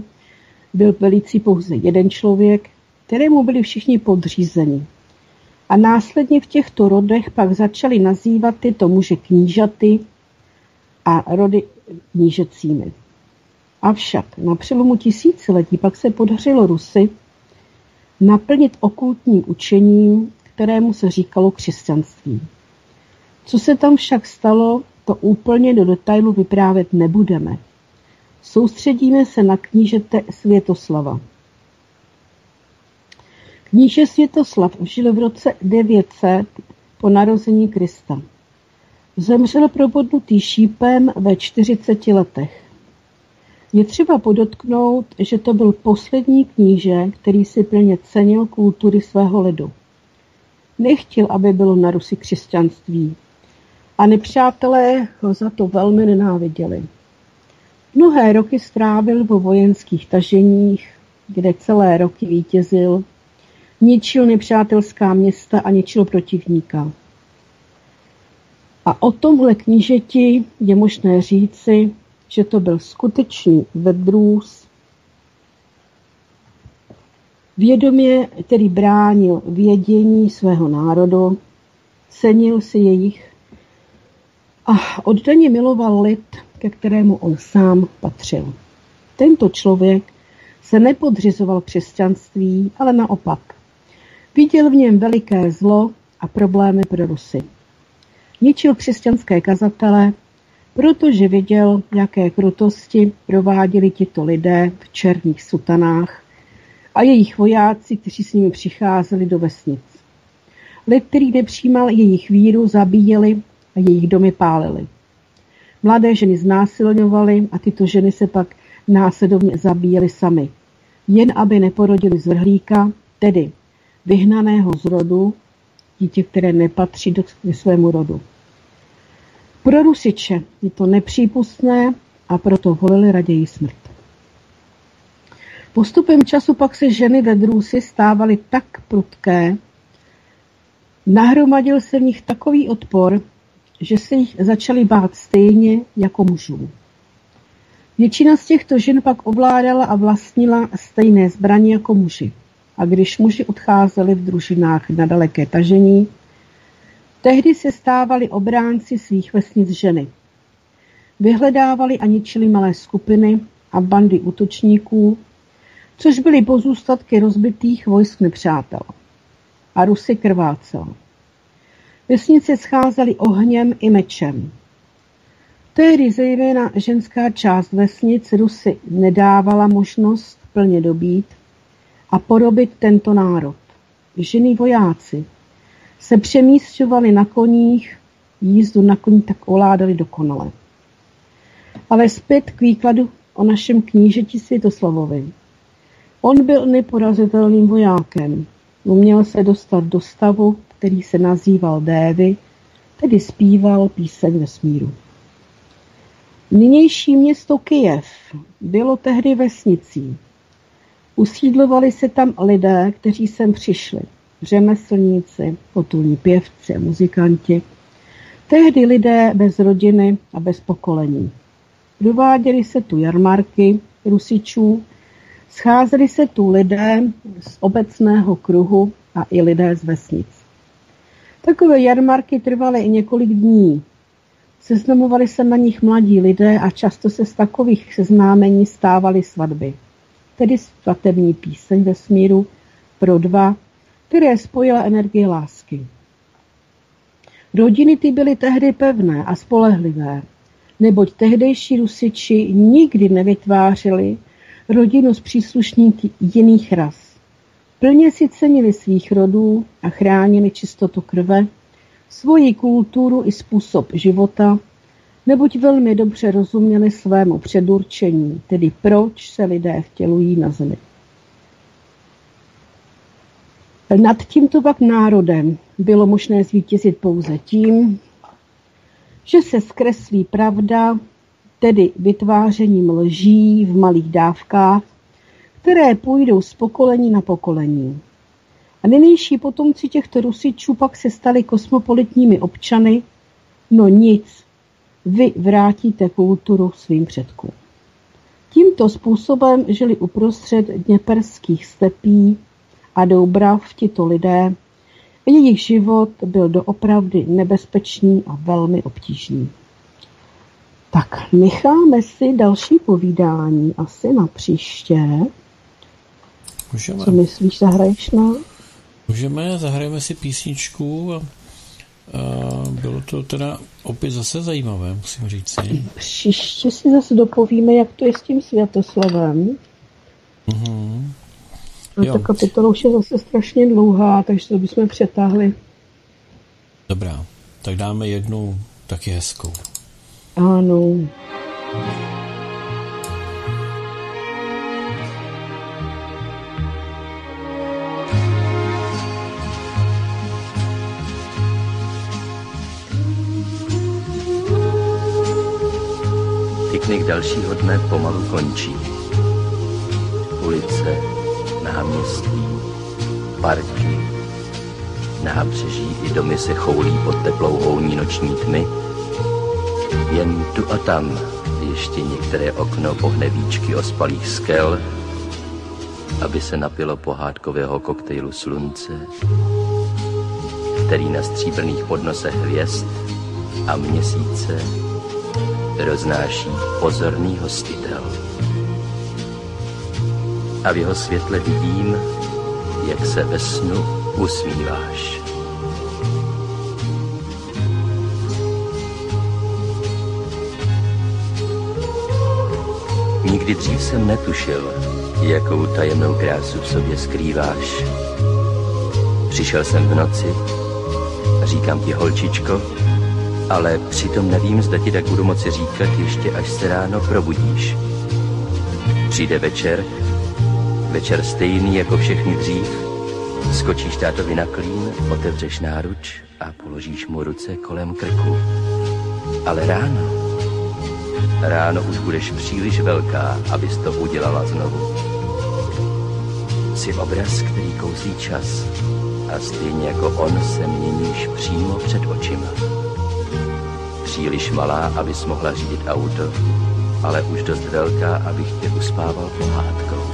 byl velící pouze jeden člověk, kterému byli všichni podřízeni. A následně v těchto rodech pak začali nazývat tyto muže knížaty a rody knížecími. Avšak na přelomu tisíciletí pak se podařilo Rusy naplnit okultním učením, kterému se říkalo křesťanství. Co se tam však stalo, to úplně do detailu vyprávět nebudeme. Soustředíme se na knížete Světoslava. Kníže Světoslav žil v roce 900 po narození Krista. Zemřel probodnutý šípem ve 40 letech. Je třeba podotknout, že to byl poslední kníže, který si plně cenil kultury svého lidu. Nechtěl, aby bylo na Rusi křesťanství. A nepřátelé ho za to velmi nenáviděli. Mnohé roky strávil vo vojenských taženích, kde celé roky vítězil, ničil nepřátelská města a ničil protivníka. A o tomhle knížeti je možné říci, že to byl skutečný vedrůz, vědomě, který bránil vědění svého národa, cenil si jejich a oddaně miloval lid, ke kterému on sám patřil. Tento člověk se nepodřizoval křesťanství, ale naopak. Viděl v něm veliké zlo a problémy pro Rusy. Ničil křesťanské kazatele, protože věděl, jaké krutosti prováděli tito lidé v černých sutanách a jejich vojáci, kteří s nimi přicházeli do vesnic. Lid, který nepřijímal jejich víru, zabíjeli a jejich domy pálili. Mladé ženy znásilňovali a tyto ženy se pak následovně zabíjely sami, jen aby neporodili zvrhlíka, tedy vyhnaného z rodu, dítě, které nepatří k svému rodu. Pro Rusiče je to nepřípustné a proto volili raději smrt. Postupem času pak se ženy ve Drusy stávaly tak prudké, nahromadil se v nich takový odpor, že se jich začali bát stejně jako mužů. Většina z těchto žen pak ovládala a vlastnila stejné zbraně jako muži. A když muži odcházeli v družinách na daleké tažení, tehdy se stávali obránci svých vesnic ženy. Vyhledávali a ničili malé skupiny a bandy útočníků, což byly pozůstatky rozbitých vojsk nepřátel. A Rusy krvácel. Vesnice scházely ohněm i mečem. Tehdy zejména ženská část vesnic Rusy nedávala možnost plně dobít a porobit tento národ. Ženy vojáci se přemísťovali na koních, jízdu na koní tak ovládali dokonale. Ale zpět k výkladu o našem knížeti Světoslavovi. On byl neporazitelným vojákem. Uměl se dostat do stavu, který se nazýval Dévy, tedy zpíval píseň vesmíru. Nynější město Kyjev bylo tehdy vesnicí. Usídlovali se tam lidé, kteří sem přišli. Řemeslníci, potulní pěvci a muzikanti. Tehdy lidé bez rodiny a bez pokolení. Prováděly se tu jarmarky Rusičů, scházeli se tu lidé z obecného kruhu a i lidé z vesnic. Takové jarmarky trvaly i několik dní. Seznamovali se na nich mladí lidé a často se z takových seznámení stávaly svatby. Tedy svatební píseň vesmíru pro dva, které spojila energie lásky. Rodiny ty byly tehdy pevné a spolehlivé, neboť tehdejší Rusiči nikdy nevytvářeli rodinu z příslušníky jiných ras. Plně si cenili svých rodů a chránili čistotu krve, svoji kulturu i způsob života, neboť velmi dobře rozuměli svému předurčení, tedy proč se lidé vtělují na zemi. Nad tímto pak národem bylo možné zvítězit pouze tím, že se zkreslí pravda, tedy vytvářením lží v malých dávkách, které půjdou z pokolení na pokolení. A nynější potomci těchto Rusičů pak se stali kosmopolitními občany, no nic, vy vrátíte kulturu svým předkům. Tímto způsobem žili uprostřed dněperských stepí a doubrav tito lidé Jejich život byl doopravdy nebezpečný a velmi obtížný. Tak necháme si další povídání asi na příště. Můžeme. Co myslíš, zahraješ nám? Můžeme, zahrajeme si písničku a bylo to teda opět zase zajímavé, musím říct. Příště si zase dopovíme, jak to je s tím Sviatoslavem. Ta kapitola už je zase strašně dlouhá, takže to bychom přetáhli. Dobrá, tak dáme jednu taky hezkou. Ano. Piknik dalšího dne pomalu končí. Ulice, náměstí, parky, nábřeží i domy se choulí pod teplou houní noční tmy. Jen tu a tam ještě některé okno pohne víčky ospalých skel, aby se napilo pohádkového koktejlu slunce, který na stříbrných podnosech hvězd a měsíce roznáší pozorný hostitel. A v jeho světle vidím, jak se ve snu usmíváš. Nikdy dřív jsem netušil, jakou tajemnou krásu v sobě skrýváš. Přišel jsem v noci, říkám ti holčičko, ale přitom nevím, zda ti tak budu moci říkat ještě, až se ráno probudíš. Přijde večer stejný jako všechny dřív, skočíš tátovi na klín, otevřeš náruč a položíš mu ruce kolem krku. Ale ráno už budeš příliš velká, abys to udělala znovu. Jsi obraz, který kouzlí čas a stejně jako on se měníš přímo před očima. Příliš malá, abys mohla řídit auto, ale už dost velká, abych tě uspával pohádkou.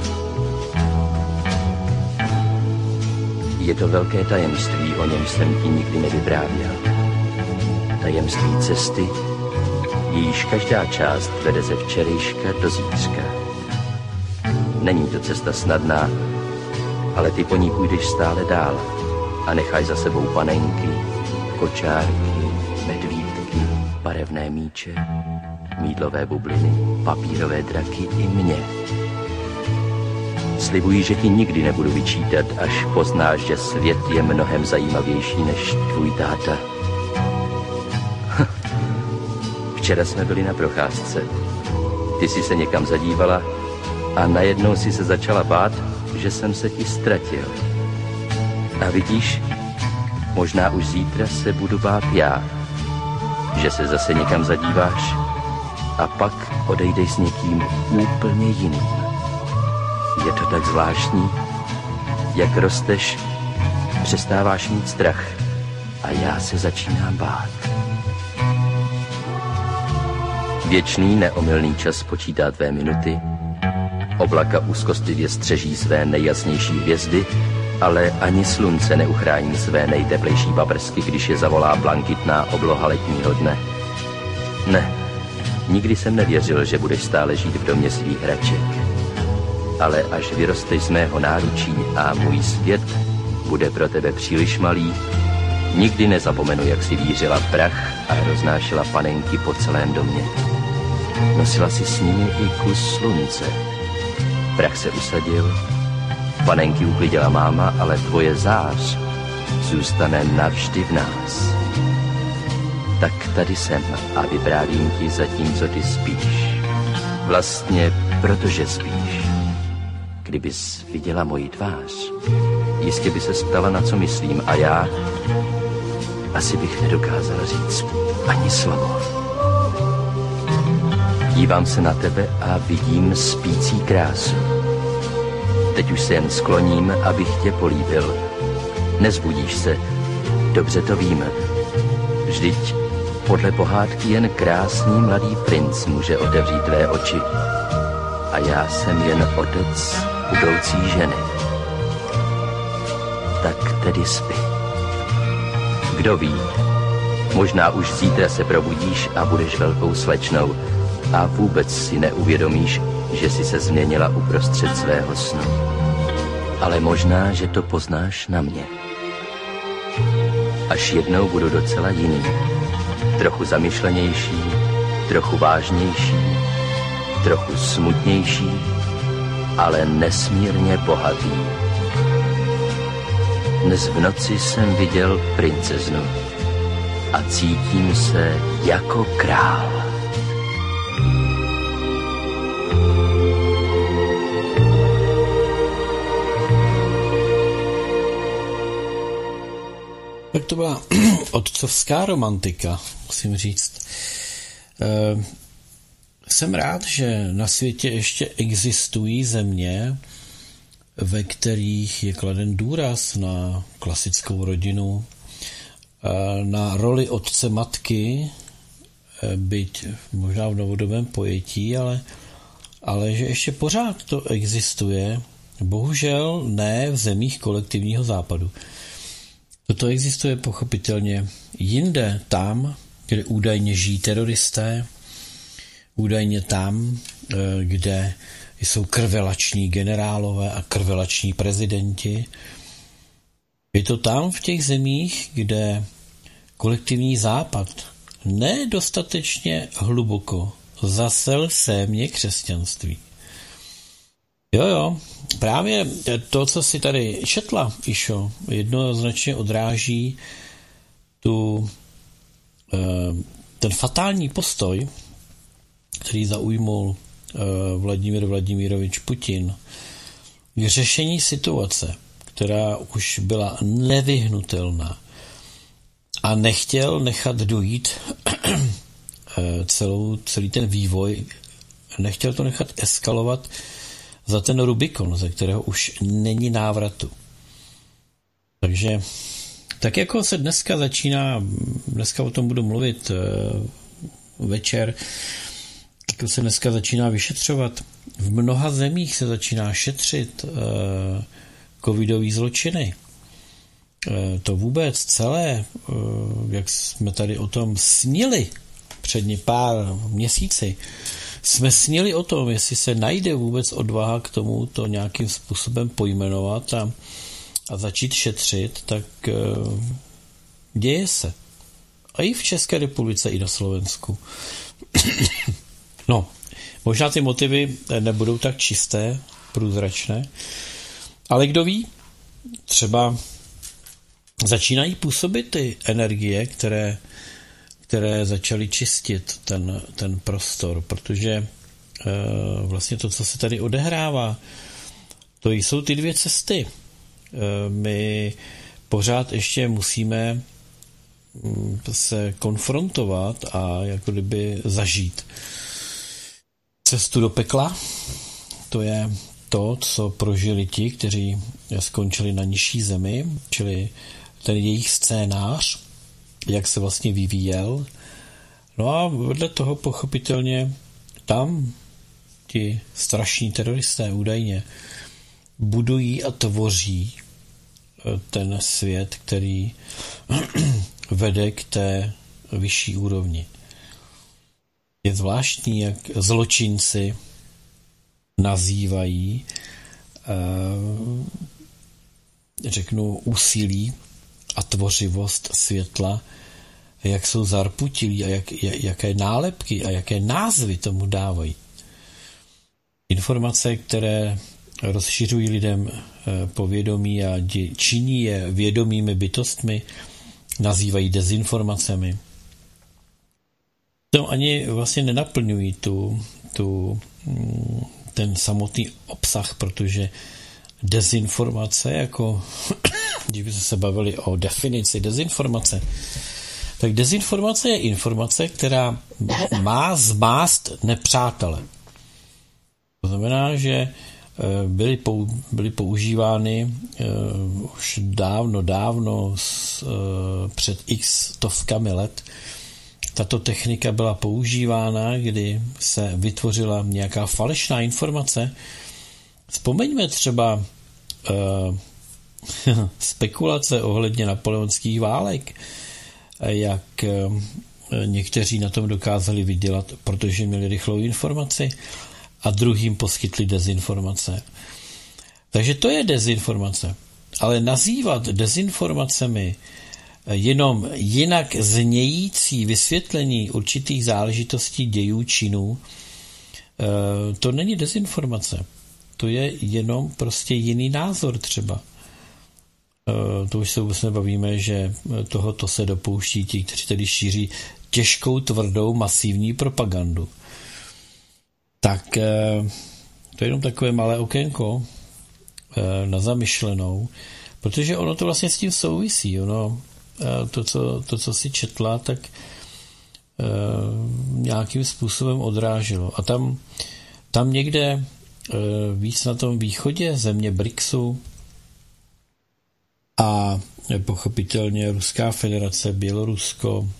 Je to velké tajemství, o něm jsem ti nikdy nevyprávěl. Tajemství cesty, jejíž každá část vede ze včerejška do zítřka. Není to cesta snadná, ale ty po ní půjdeš stále dál a nechaj za sebou panenky, kočárky, medvídky, barevné míče, mýdlové bubliny, papírové draky i mě. Slibuji, že ti nikdy nebudu vyčítat, až poznáš, že svět je mnohem zajímavější než tvůj táta. Včera jsme byli na procházce. Ty jsi se někam zadívala a najednou si se začala bát, že jsem se ti ztratil. A vidíš, možná už zítra se budu bát já, že se zase někam zadíváš a pak odejdeš s někým úplně jiným. Je to tak zvláštní, jak rosteš, přestáváš mít strach a já se začínám bát. Věčný neomylný čas počítá tvé minuty, oblaka úzkostlivě střeží své nejjasnější hvězdy, ale ani slunce neuchrání své nejteplejší paprsky, když je zavolá blankitná obloha letního dne. Ne, nikdy jsem nevěřil, že budeš stále žít v domě svých hraček. Ale až vyrosteš z mého náručí a můj svět bude pro tebe příliš malý, nikdy nezapomenu, jak si vířila prach a roznášela panenky po celém domě. Nosila si s nimi i kus slunce. Prach se usadil, panenky uklidila máma, ale tvoje zář zůstane navždy v nás. Tak tady jsem a vyprávím ti zatímco ty spíš. Vlastně protože spíš. Kdybys viděla moji tvář, jistě by se ptala, na co myslím, a já asi bych nedokázal říct ani slovo. Dívám se na tebe a vidím spící krásu. Teď už se jen skloním, abych tě políbil. Nezbudíš se, dobře to vím. Vždyť podle pohádky jen krásný mladý princ může otevřít tvé oči. A já jsem jen otec budoucí ženy. Tak tedy spí. Kdo ví, možná už zítra se probudíš a budeš velkou slečnou a vůbec si neuvědomíš, že jsi se změnila uprostřed svého snu. Ale možná, že to poznáš na mě. Až jednou budu docela jiný. Trochu zamyšlenější, trochu vážnější, trochu smutnější, ale nesmírně bohatý. Dnes v noci jsem viděl princeznu a cítím se jako král. Tak to byla otcovská romantika, musím říct. Jsem rád, že na světě ještě existují země, ve kterých je kladen důraz na klasickou rodinu, na roli otce matky, byť možná v novodobém pojetí, ale že ještě pořád to existuje, bohužel ne v zemích kolektivního západu. Toto existuje pochopitelně jinde, tam, kde údajně žijí teroristé, údajně tam, kde jsou krvelační generálové a krvelační prezidenti. Je to tam v těch zemích, kde kolektivní západ nedostatečně hluboko zasel sémě křesťanství. Jo, právě to, co si tady četla, Išo, jednoznačně odráží ten fatální postoj, který zaujmul Vladimír Vladimirovič Putin k řešení situace, která už byla nevyhnutelná a nechtěl nechat dojít celý ten vývoj, nechtěl to nechat eskalovat za ten Rubikon, ze kterého už není návratu. Takže tak jako se dneska o tom budu mluvit večer, jako se dneska začíná vyšetřovat. V mnoha zemích se začíná šetřit covidový zločiny. To vůbec celé, jak jsme tady o tom snili před pár měsíci, jsme snili o tom, jestli se najde vůbec odvaha k tomu to nějakým způsobem pojmenovat a začít šetřit, tak děje se. A i v České republice, i na Slovensku. No, možná ty motivy nebudou tak čisté, průzračné, ale kdo ví, třeba začínají působit ty energie, které začaly čistit ten prostor, protože vlastně to, co se tady odehrává, to jsou ty dvě cesty. My pořád ještě musíme se konfrontovat a jako kdyby zažít cestu do pekla. To je to, co prožili ti, kteří skončili na nižší zemi, čili ten jejich scénář, jak se vlastně vyvíjel. No a vedle toho pochopitelně tam ti strašní teroristé údajně budují a tvoří ten svět, který vede k té vyšší úrovni. Je zvláštní, jak zločinci nazývají řeknu úsilí a tvořivost světla, jak jsou zarputilí a jaké nálepky a jaké názvy tomu dávají. Informace, které rozšiřují lidem povědomí a činí je vědomými bytostmi, nazývají dezinformacemi. To ani vlastně nenaplňují ten samotný obsah, protože dezinformace, jako kdyby se bavili o definici dezinformace, tak dezinformace je informace, která má zmást nepřátele. To znamená, že byly používány už dávno před x stovkami let. Tato technika byla používána, kdy se vytvořila nějaká falešná informace. Vzpomeňme třeba spekulace ohledně napoleonských válek, jak někteří na tom dokázali vydělat, protože měli rychlou informaci a druhým poskytli dezinformace. Takže to je dezinformace. Ale nazývat dezinformacemi jenom jinak znějící vysvětlení určitých záležitostí, dějů, činů, to není dezinformace. To je jenom prostě jiný názor třeba. To už se vůbec nebavíme, že tohoto se dopouští ti, kteří tedy šíří těžkou, tvrdou, masivní propagandu. Tak to je jenom takové malé okénko na zamyšlenou, protože ono to vlastně s tím souvisí. Ono, to, co si četla, tak nějakým způsobem odráželo. A tam někde víc na tom východě země BRICSu a pochopitelně Ruská federace, Bělorusko,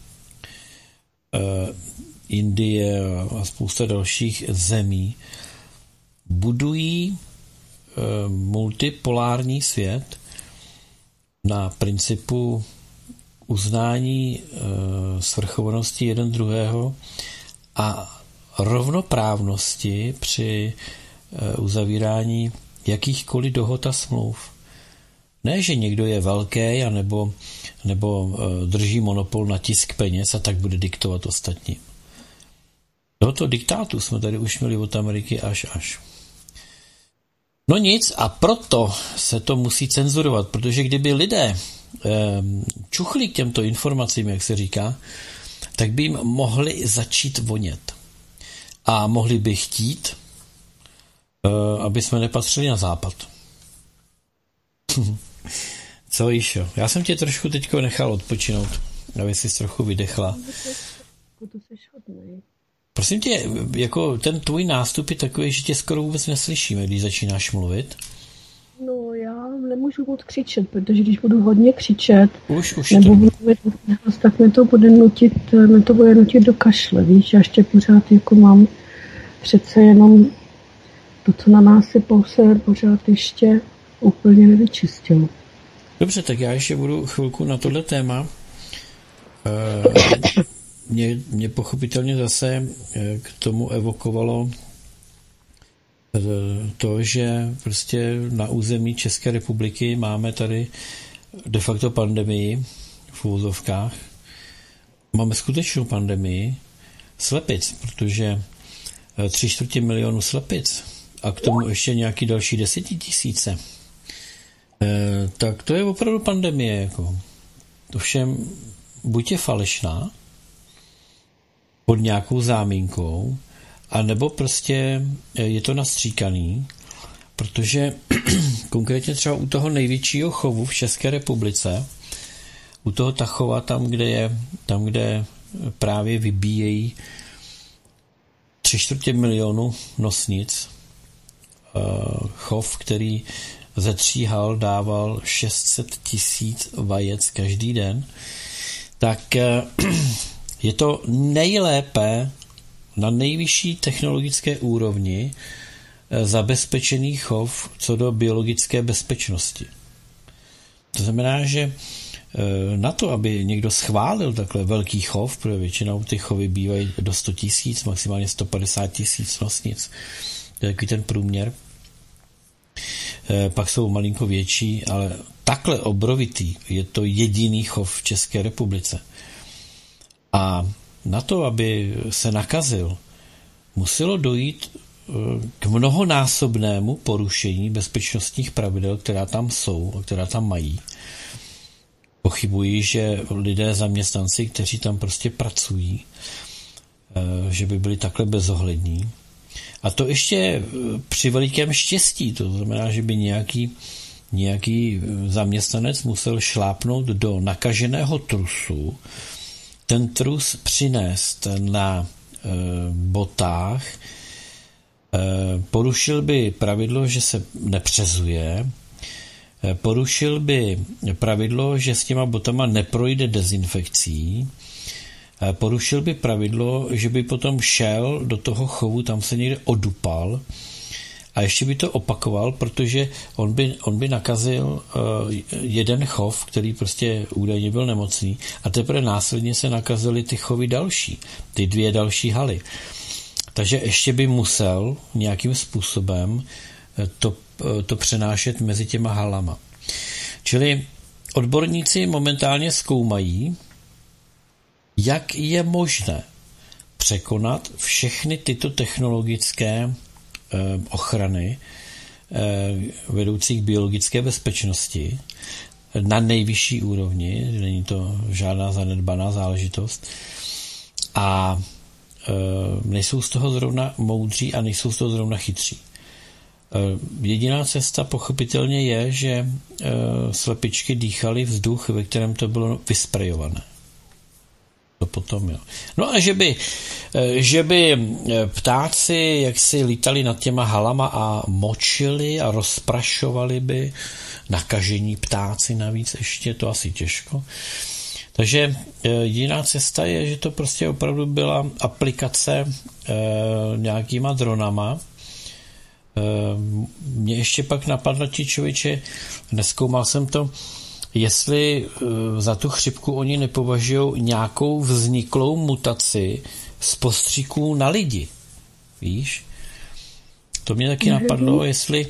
Indie a spousta dalších zemí budují multipolární svět na principu uznání svrchovanosti jeden druhého a rovnoprávnosti při uzavírání jakýchkoliv dohod a smluv. Ne, že někdo je velký nebo drží monopol na tisk peněz a tak bude diktovat ostatním. Tohoto diktátu jsme tady už měli od Ameriky až. No nic, a proto se to musí cenzurovat, protože kdyby lidé čuchli k těmto informacím, jak se říká, tak by jim mohli začít vonět. A mohli by chtít, aby jsme nepatřili na západ. Co, Jíšo? Já jsem tě trošku teďko nechal odpočinout, aby jsi trochu vydechla. Prosím tě, jako ten tvůj nástup je takový, že tě skoro vůbec neslyšíme, když začínáš mluvit. No, já nemůžu moc křičet, protože když budu hodně křičet, už nebo mluvit, tak mě to bude nutit do kašle, víš, já ještě pořád jako mám přece jenom to, co na nás se pořád ještě úplně nevyčistilo. Dobře, tak já ještě budu chvilku na tohle téma. Mě pochopitelně zase k tomu evokovalo to, že prostě na území České republiky máme tady de facto pandemii v uvozovkách. Máme skutečnou pandemii slepic, protože 3/4 milionu slepic a k tomu ještě nějaký další 10 000. Tak to je opravdu pandemie. Jako. To všem buď je falešná pod nějakou záminkou, anebo prostě je to nastříkaný, protože konkrétně třeba u toho největšího chovu v České republice, u toho Tachova, tam, kde právě vybíjejí 3/4 milionu nosnic, chov, který ze 3 hal dával 600 000 vajec každý den, tak je to nejlépe na nejvyšší technologické úrovni zabezpečený chov co do biologické bezpečnosti. To znamená, že na to, aby někdo schválil takhle velký chov, protože většinou ty chovy bývají do 100 000, maximálně 150 000 nosnic, to je takový ten průměr, pak jsou malinko větší, ale takhle obrovitý je to jediný chov v České republice. A na to, aby se nakazil, muselo dojít k mnohonásobnému porušení bezpečnostních pravidel, která tam jsou a která tam mají. Pochybuji, že lidé, zaměstnanci, kteří tam prostě pracují, že by byli takhle bezohlední. A to ještě při velikém štěstí, to znamená, že by nějaký zaměstnanec musel šlápnout do nakaženého trusu, ten trus přinést na botách, porušil by pravidlo, že se nepřezuje, porušil by pravidlo, že s těma botama neprojde dezinfekcí, porušil by pravidlo, že by potom šel do toho chovu, tam se někde odupal A ještě by to opakoval, protože on by nakazil jeden chov, který prostě údajně byl nemocný, a teprve následně se nakazily ty chovy další, ty 2 další haly. Takže ještě by musel nějakým způsobem to přenášet mezi těma halama. Čili odborníci momentálně zkoumají, jak je možné překonat všechny tyto technologické ochrany vedoucí k biologické bezpečnosti na nejvyšší úrovni, není to žádná zanedbaná záležitost, a nejsou z toho zrovna moudří a nejsou z toho zrovna chytří. Jediná cesta pochopitelně je, že slepičky dýchaly vzduch, ve kterém to bylo vysprejované. To potom, jo. No a že by ptáci jaksi lítali nad těma halama a močili a rozprašovali by nakažení ptáci navíc ještě, to asi těžko. Takže jediná cesta je, že to prostě opravdu byla aplikace nějakýma dronama. Mě ještě pak napadlo, člověče, nezkoumal jsem to, jestli za tu chřipku oni nepovažují nějakou vzniklou mutaci z postřiků na lidi. Víš? To mě taky napadlo, jestli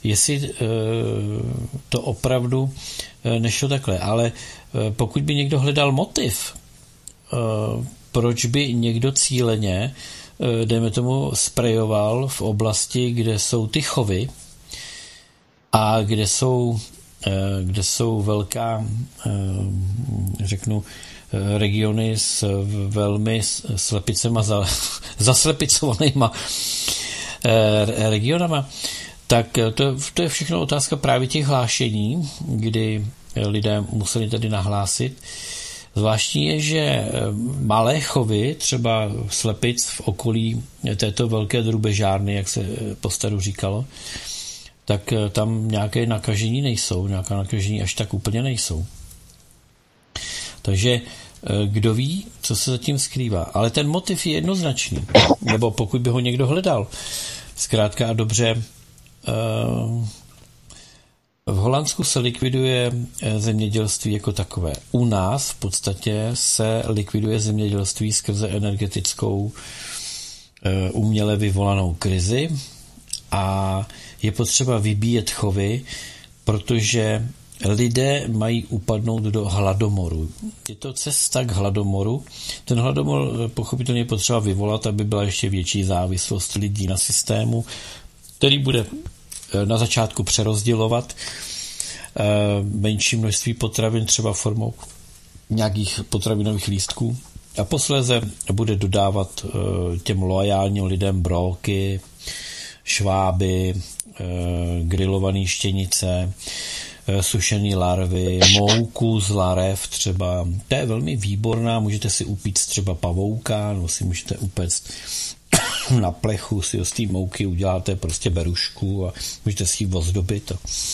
to opravdu nešlo takhle. Ale pokud by někdo hledal motiv, proč by někdo cíleně, dejme tomu, sprejoval v oblasti, kde jsou ty chovy a kde jsou velká, řeknu, regiony s velmi slepicema, zaslepicovanýma regionama, tak to je všechno otázka právě těch hlášení, kdy lidé museli tady nahlásit. Zvláštní je, že malé chovy, třeba slepic v okolí této velké drubežárny, jak se postaru říkalo, tak tam nějaké nakažení nejsou, nějaká nakažení až tak úplně nejsou. Takže kdo ví, co se zatím skrývá. Ale ten motiv je jednoznačný. Nebo pokud by ho někdo hledal. Zkrátka a dobře, v Holandsku se likviduje zemědělství jako takové. U nás v podstatě se likviduje zemědělství skrze energetickou uměle vyvolanou krizi a je potřeba vybíjet chovy, protože lidé mají upadnout do hladomoru. Je to cesta k hladomoru. Ten hladomor pochopitelně je potřeba vyvolat, aby byla ještě větší závislost lidí na systému, který bude na začátku přerozdělovat menší množství potravin, třeba formou nějakých potravinových lístků, a posléze bude dodávat těm loajálním lidem bróky, šváby, grilované štěnice, sušený larvy, mouku z larev třeba. To je velmi výborná, můžete si upít třeba pavouka, nebo si můžete upéct na plechu, si z té mouky uděláte prostě berušku a můžete si ji ozdobit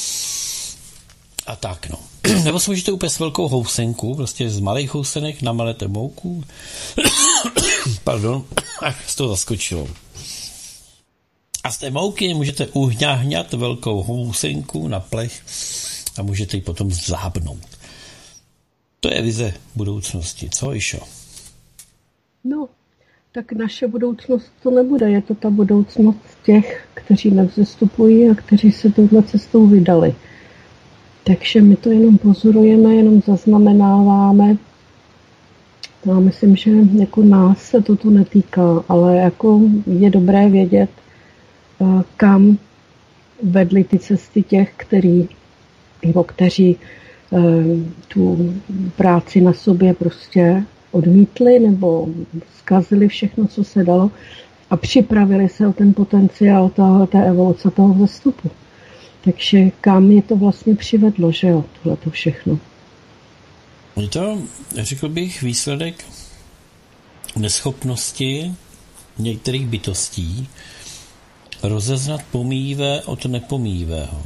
a tak, no. Nebo si můžete upést velkou housenku, prostě z malých housenek namalete mouku. Pardon, ach, z toho zaskočilo. A z té mouky můžete uhňahňat velkou housenku na plech a můžete ji potom zábnout. To je vize budoucnosti, co, Išo? No, tak naše budoucnost to nebude. Je to ta budoucnost těch, kteří nevzestupují a kteří se touhle cestou vydali. Takže my to jenom pozorujeme, jenom zaznamenáváme. Já myslím, že jako nás se to tu netýká, ale jako je dobré vědět, kam vedly ty cesty těch, kteří tu práci na sobě prostě odmítli nebo zkazili všechno, co se dalo a připravili se o ten potenciál té evoluce, toho vzestupu. Takže kam je to vlastně přivedlo, že jo, tohleto všechno. Je to, řekl bych, výsledek neschopnosti některých bytostí rozeznat pomíjivé od nepomíjivého.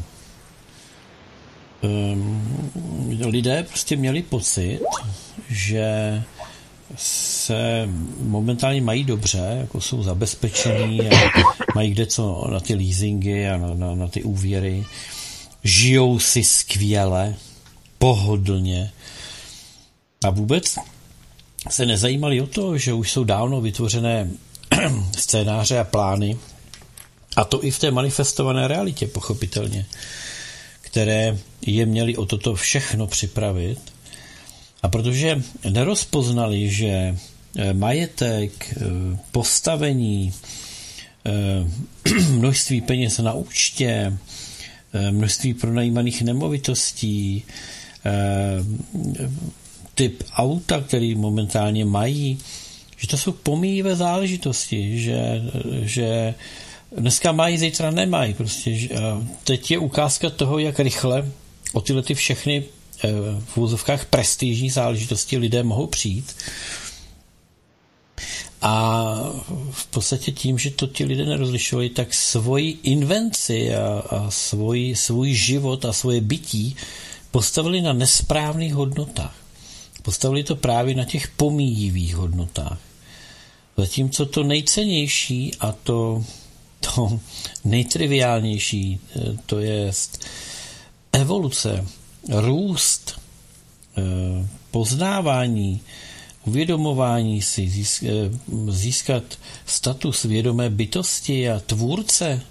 Lidé prostě měli pocit, že se momentálně mají dobře, jako jsou zabezpečení a mají kde co na ty leasingy a na ty úvěry. Žijou si skvěle, pohodlně a vůbec se nezajímali o to, že už jsou dávno vytvořené scénáře a plány, a to i v té manifestované realitě, pochopitelně, které je měli o toto všechno připravit. A protože nerozpoznali, že majetek, postavení, množství peněz na účtě, množství pronajímaných nemovitostí, typ auta, který momentálně mají, že to jsou pomíjivé záležitosti, že dneska mají, zítra nemají. Prostě. Teď je ukázka toho, jak rychle o tyhle ty všechny v úzovkách prestižní záležitosti lidé mohou přijít. A v podstatě tím, že to ti lidé nerozlišovali, tak svoji invenci a svůj život a svoje bytí postavili na nesprávných hodnotách. Postavili to právě na těch pomíjivých hodnotách. Zatímco to nejcennější a to nejtriviálnější, to je evoluce, růst, poznávání, uvědomování si, získat status vědomé bytosti a tvůrce,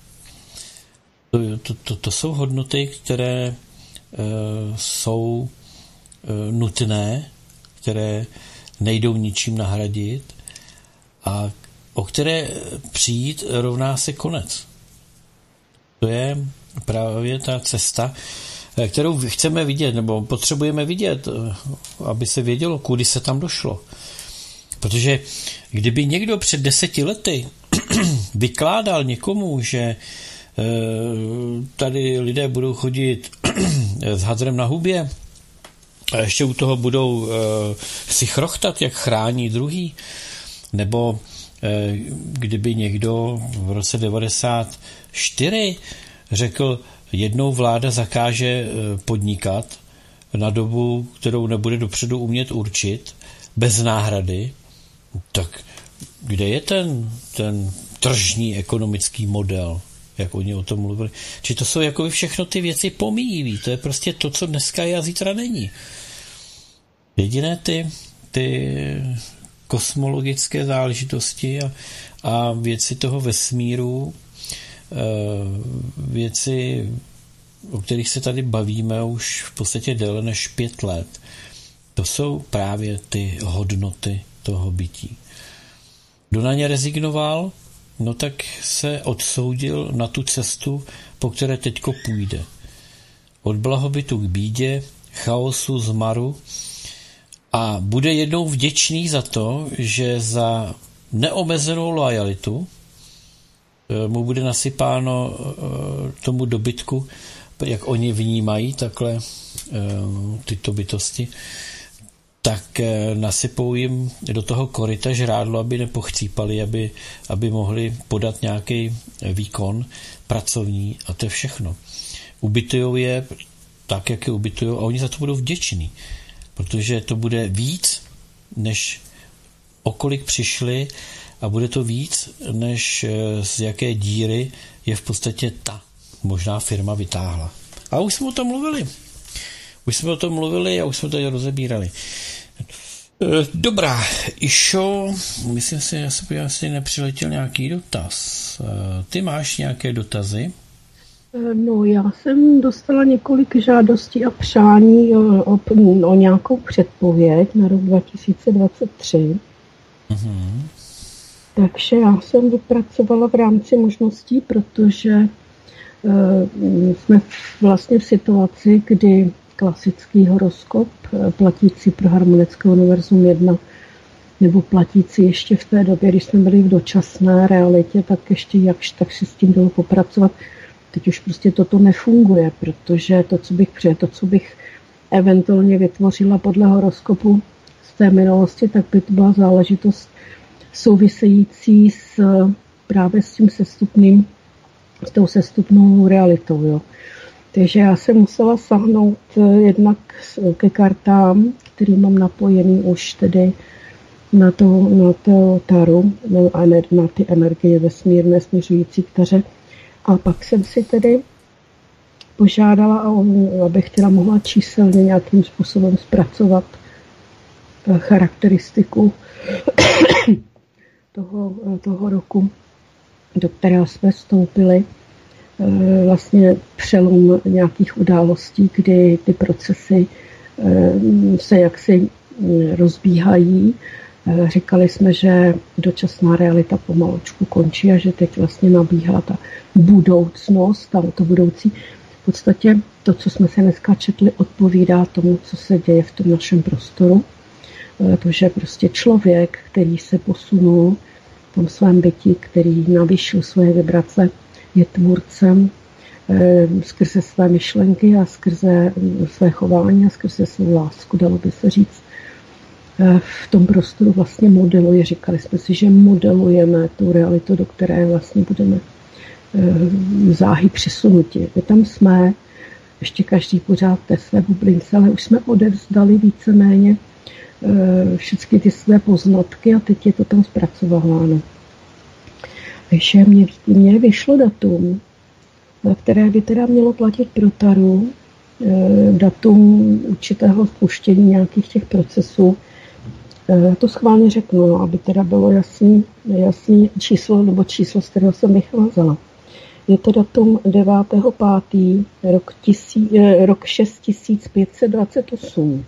to jsou hodnoty, které jsou nutné, které nejdou ničím nahradit a o které přijít rovná se konec. To je právě ta cesta, kterou chceme vidět, nebo potřebujeme vidět, aby se vědělo, kudy se tam došlo. Protože kdyby někdo před 10 lety vykládal někomu, že tady lidé budou chodit s hadrem na hubě a ještě u toho budou si chrochtat, jak chrání druhý, nebo kdyby někdo v roce 94 řekl, jednou vláda zakáže podnikat na dobu, kterou nebude dopředu umět určit, bez náhrady, tak kde je ten tržní ekonomický model, jak oni o tom mluvili? Či to jsou jako všechno ty věci pomíjivý, to je prostě to, co dneska je a zítra není. Jediné ty kosmologické záležitosti a věci toho vesmíru, věci, o kterých se tady bavíme už v podstatě déle než 5 let, to jsou právě ty hodnoty toho bytí. Kdo na ně rezignoval, no tak se odsoudil na tu cestu, po které teďko půjde. Od blahobytu k bídě, chaosu, zmaru, a bude jednou vděčný za to, že za neomezenou lojalitu mu bude nasypáno tomu dobytku, jak oni vnímají takhle tyto bytosti, tak nasypou jim do toho koryta žrádlo, aby nepochcípali, aby mohli podat nějaký výkon pracovní, a to je všechno. Ubytujou je tak, jak je ubytujou, a oni za to budou vděční, protože to bude víc, než okolik přišli, a bude to víc, než z jaké díry je v podstatě ta možná firma vytáhla. A už jsme o tom mluvili. A už jsme to rozebírali. Dobrá, Išo, myslím si, jestli nepřiletěl nějaký dotaz. Ty máš nějaké dotazy? No, já jsem dostala několik žádostí a přání o nějakou předpověď na rok 2023. Mhm. Takže já jsem vypracovala v rámci možností, protože jsme vlastně v situaci, kdy klasický horoskop, platící pro Harmonické univerzum 1, nebo platící ještě v té době, když jsme byli v dočasné realitě, tak ještě jakž tak si s tím bylo popracovat. Teď už prostě toto nefunguje, protože to, co bych eventuálně vytvořila podle horoskopu z té minulosti, tak by to byla záležitost související právě s tím s tou sestupnou realitou. Jo. Takže já jsem musela sáhnout jednak ke kartám, který mám napojený už tedy na to taru, na ty energie vesmírné směřující k taře. A pak jsem si tedy požádala, abych teda mohla číselně nějakým způsobem zpracovat charakteristiku toho roku, do kterého jsme vstoupili, vlastně přelom nějakých událostí, kdy ty procesy se jaksi rozbíhají. Říkali jsme, že dočasná realita pomaločku končí a že teď vlastně nabíhá ta budoucnost, to budoucí. V podstatě to, co jsme se dneska četli, odpovídá tomu, co se děje v tom našem prostoru. To, že prostě člověk, který se posunul v tom svém bytí, který navýšil svoje vibrace, je tvůrcem skrze své myšlenky a skrze své chování a skrze svou lásku, dalo by se říct. V tom prostoru vlastně modeluje, říkali jsme si, že modelujeme tu realitu, do které vlastně budeme záhy přesunuti. My tam jsme, ještě každý pořád té své bublince, ale už jsme odevzdali víceméně všechny ty své poznatky a teď je to tam zpracováváno. Takže mě vyšlo datum, které by teda mělo platit pro taru, datum určitého spuštění nějakých těch procesů. To schválně řeknu, aby teda bylo jasný číslo, nebo číslo, z kterého jsem vycházela. Je to datum 9.5. rok 6528.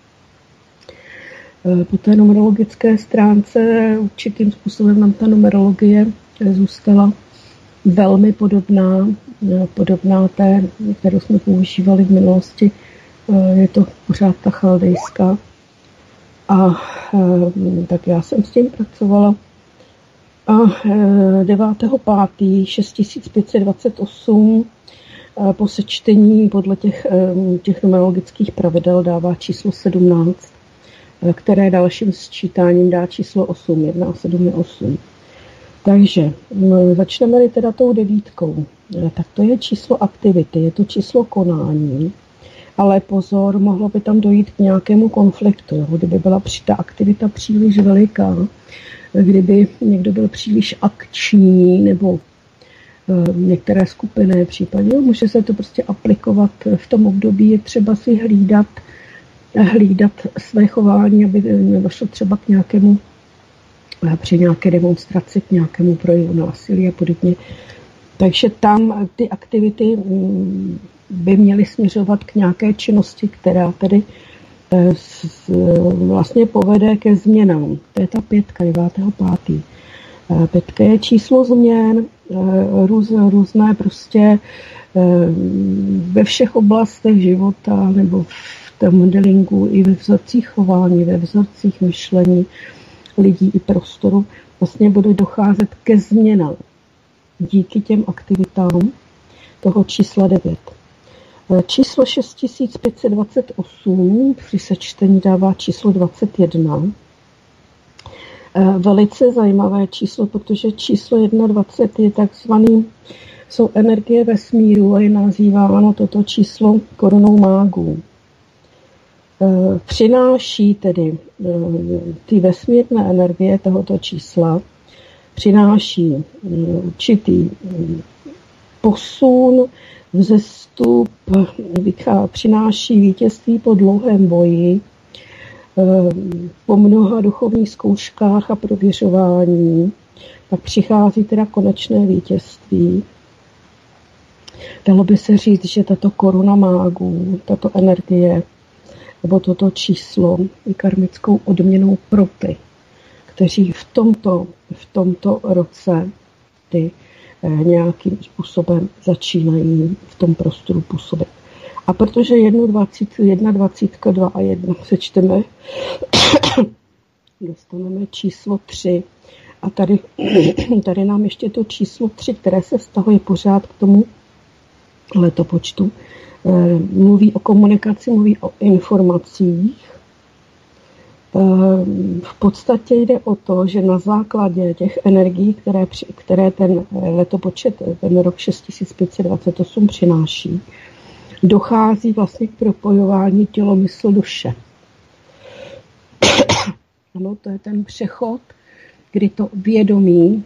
Po té numerologické stránce určitým způsobem nám ta numerologie zůstala velmi podobná té, kterou jsme používali v minulosti. Je to pořád ta chaldejská. A tak já jsem s tím pracovala. A 9.5. 6528 po sečtení podle těch numerologických pravidel dává číslo 17, které dalším sčítáním dá číslo 8, 1 a 7 je 8. Takže začneme teda tou 9. Tak to je číslo aktivity, je to číslo konání, ale pozor, mohlo by tam dojít k nějakému konfliktu, jo? Kdyby byla ta aktivita příliš veliká, kdyby někdo byl příliš akční nebo některé skupiny případně, může se to prostě aplikovat v tom období, je třeba si hlídat své chování, aby nedošlo třeba k nějakému při nějaké demonstraci, k nějakému projevu násilí a podobně. Takže tam ty aktivity by měly směřovat k nějaké činnosti, která tedy vlastně povede ke změnám. To je ta 5, 9.5. 5 je číslo změn, různé prostě ve všech oblastech života nebo v tom modelingu i ve vzorcích chování, ve vzorcích myšlení lidí i prostoru vlastně bude docházet ke změnám díky těm aktivitám toho čísla 9. Číslo 6528 při sečtení dává číslo 21. Velice zajímavé číslo, protože číslo 21 je takzvaný, jsou energie vesmíru a je nazýváno toto číslo korunou mágů. Přináší tedy ty vesmírné energie tohoto čísla, přináší určitý posun, vzestup, přináší vítězství po dlouhém boji, po mnoha duchovních zkouškách a prověřování, pak přichází teda konečné vítězství. Dalo by se říct, že tato koruna mágů, tato energie, nebo toto číslo je karmickou odměnou pro ty, kteří v tomto roce ty nějakým způsobem začínají v tom prostoru působit. A protože 21, 2 a 1 sečteme, dostaneme číslo 3. A tady nám ještě to číslo 3, které se vztahuje pořád k tomu letopočtu, mluví o komunikaci, mluví o informacích. V podstatě jde o to, že na základě těch energií, které ten letopočet, ten rok 6528 přináší, dochází vlastně k propojování tělo, mysl, duše. Ano, to je ten přechod, kdy to vědomí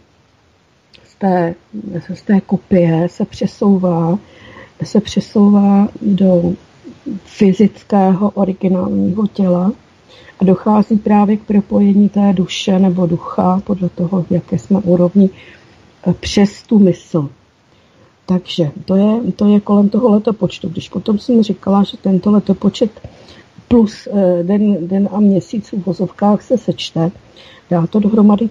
z té kopie se přesouvá do fyzického originálního těla a dochází právě k propojení té duše nebo ducha, podle toho, v jaké jsme úrovni, přes tu mysl. Takže to je kolem toho letopočtu. Když potom jsem říkala, že tento letopočet plus den a měsíc v vozovkách se sečte, dá to dohromady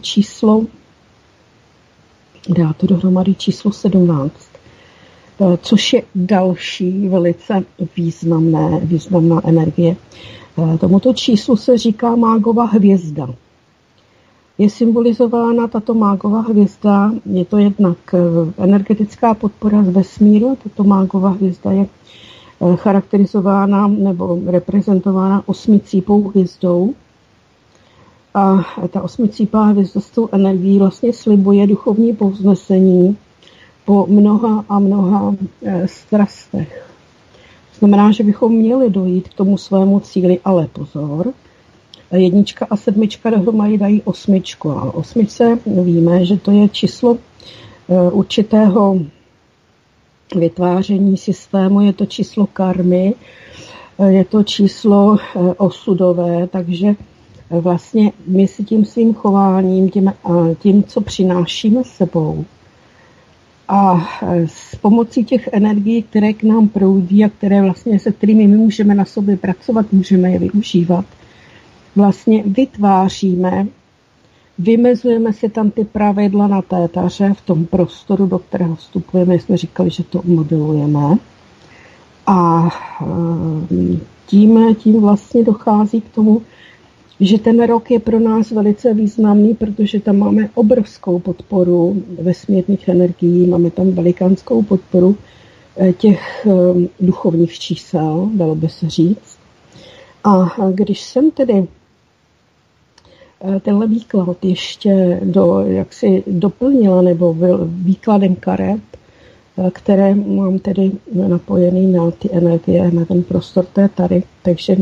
číslo 17, což je další velice významná energie. Tomuto číslu se říká mágova hvězda. Je symbolizována tato mágova hvězda, je to jednak energetická podpora z vesmíru, tato mágova hvězda je charakterizována nebo reprezentována osmicípou hvězdou. A ta osmicípá hvězda s tou energií vlastně slibuje duchovní povznesení po mnoha a mnoha strastech. Znamená, že bychom měli dojít k tomu svému cíli, ale pozor, 1 a 7 dohromady dají 8. A 8 víme, že to je číslo určitého vytváření systému, je to číslo karmy, je to číslo osudové, takže vlastně my si tím svým chováním, tím, co přinášíme sebou a s pomocí těch energií, které k nám proudí a které vlastně, se kterými my můžeme na sobě pracovat, můžeme je využívat, vlastně vymezujeme si tam ty pravidla na tétaře v tom prostoru, do kterého vstupujeme. Jsme říkali, že to modelujeme. A tím vlastně dochází k tomu, že ten rok je pro nás velice významný, protože tam máme obrovskou podporu vesmírných energií, máme tam velikánskou podporu těch duchovních čísel, dalo by se říct. A když jsem tedy tenhle výklad ještě jaksi doplnila nebo výkladem karet, které mám tedy napojený na ty energie, na ten prostor té tady, takže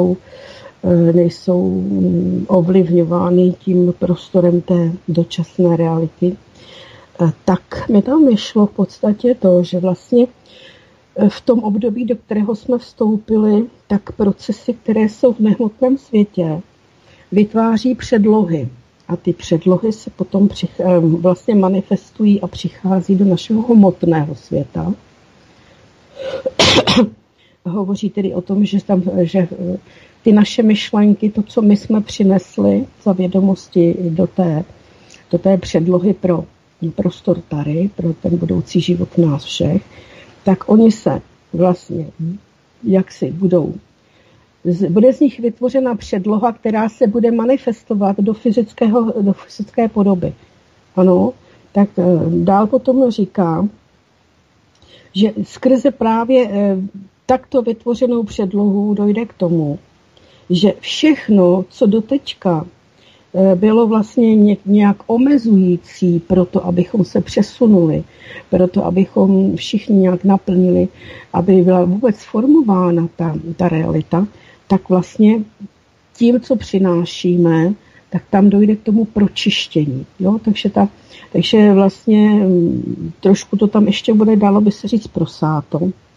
nejsou ovlivňovány tím prostorem té dočasné reality, tak mi tam vyšlo v podstatě to, že vlastně v tom období, do kterého jsme vstoupili, tak procesy, které jsou v nehmotném světě, vytváří předlohy. A ty předlohy se potom vlastně manifestují a přichází do našeho hmotného světa. Hovoří tedy o tom, že ty naše myšlenky, to, co my jsme přinesli za vědomosti do té předlohy pro prostor Tary, pro ten budoucí život nás všech, tak oni se vlastně jaksi bude z nich vytvořena předloha, která se bude manifestovat do fyzické podoby. Ano, tak dál potom říká, že skrze právě takto vytvořenou předlohu dojde k tomu, že všechno, co doteďka bylo vlastně nějak omezující pro to, abychom se přesunuli, pro to, abychom všichni nějak naplnili, aby byla vůbec formována ta realita, tak vlastně tím, co přinášíme, tak tam dojde k tomu pročištění. Jo? Takže vlastně trošku to tam ještě bude, dalo by se říct, prosáto.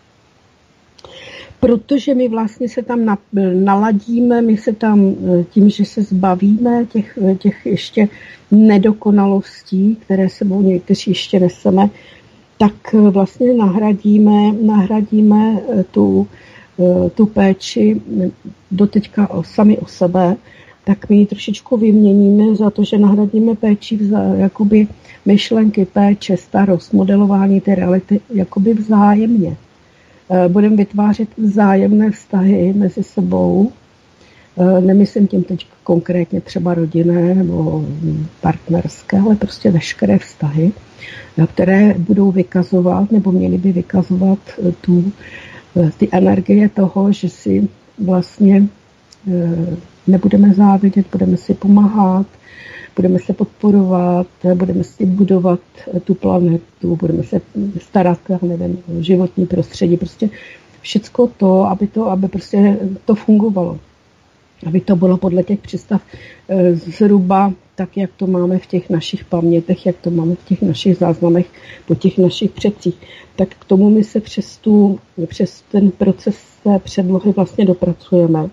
Protože my vlastně se tam naladíme, my se tam tím, že se zbavíme těch ještě nedokonalostí, které sebou někteří ještě neseme, tak vlastně nahradíme tu péči doteďka sami o sebe, tak my ji trošičku vyměníme za to, že nahradíme péči jakoby myšlenky, péče, starost, modelování té reality jakoby vzájemně. Budeme vytvářet vzájemné vztahy mezi sebou. Nemyslím tím teď konkrétně třeba rodinné nebo partnerské, ale prostě veškeré vztahy, které budou vykazovat nebo měly by vykazovat ty energie toho, že si vlastně nebudeme závidět, budeme si pomáhat, budeme se podporovat, budeme si budovat tu planetu, budeme se starat, o životní prostředí, prostě všecko to, aby prostě to fungovalo. aby to bylo podle těch představ zhruba tak, jak to máme v těch našich pamětech, jak to máme v těch našich záznamech, po těch našich předcích. Tak k tomu my se přes ten proces té předlohy vlastně dopracujeme.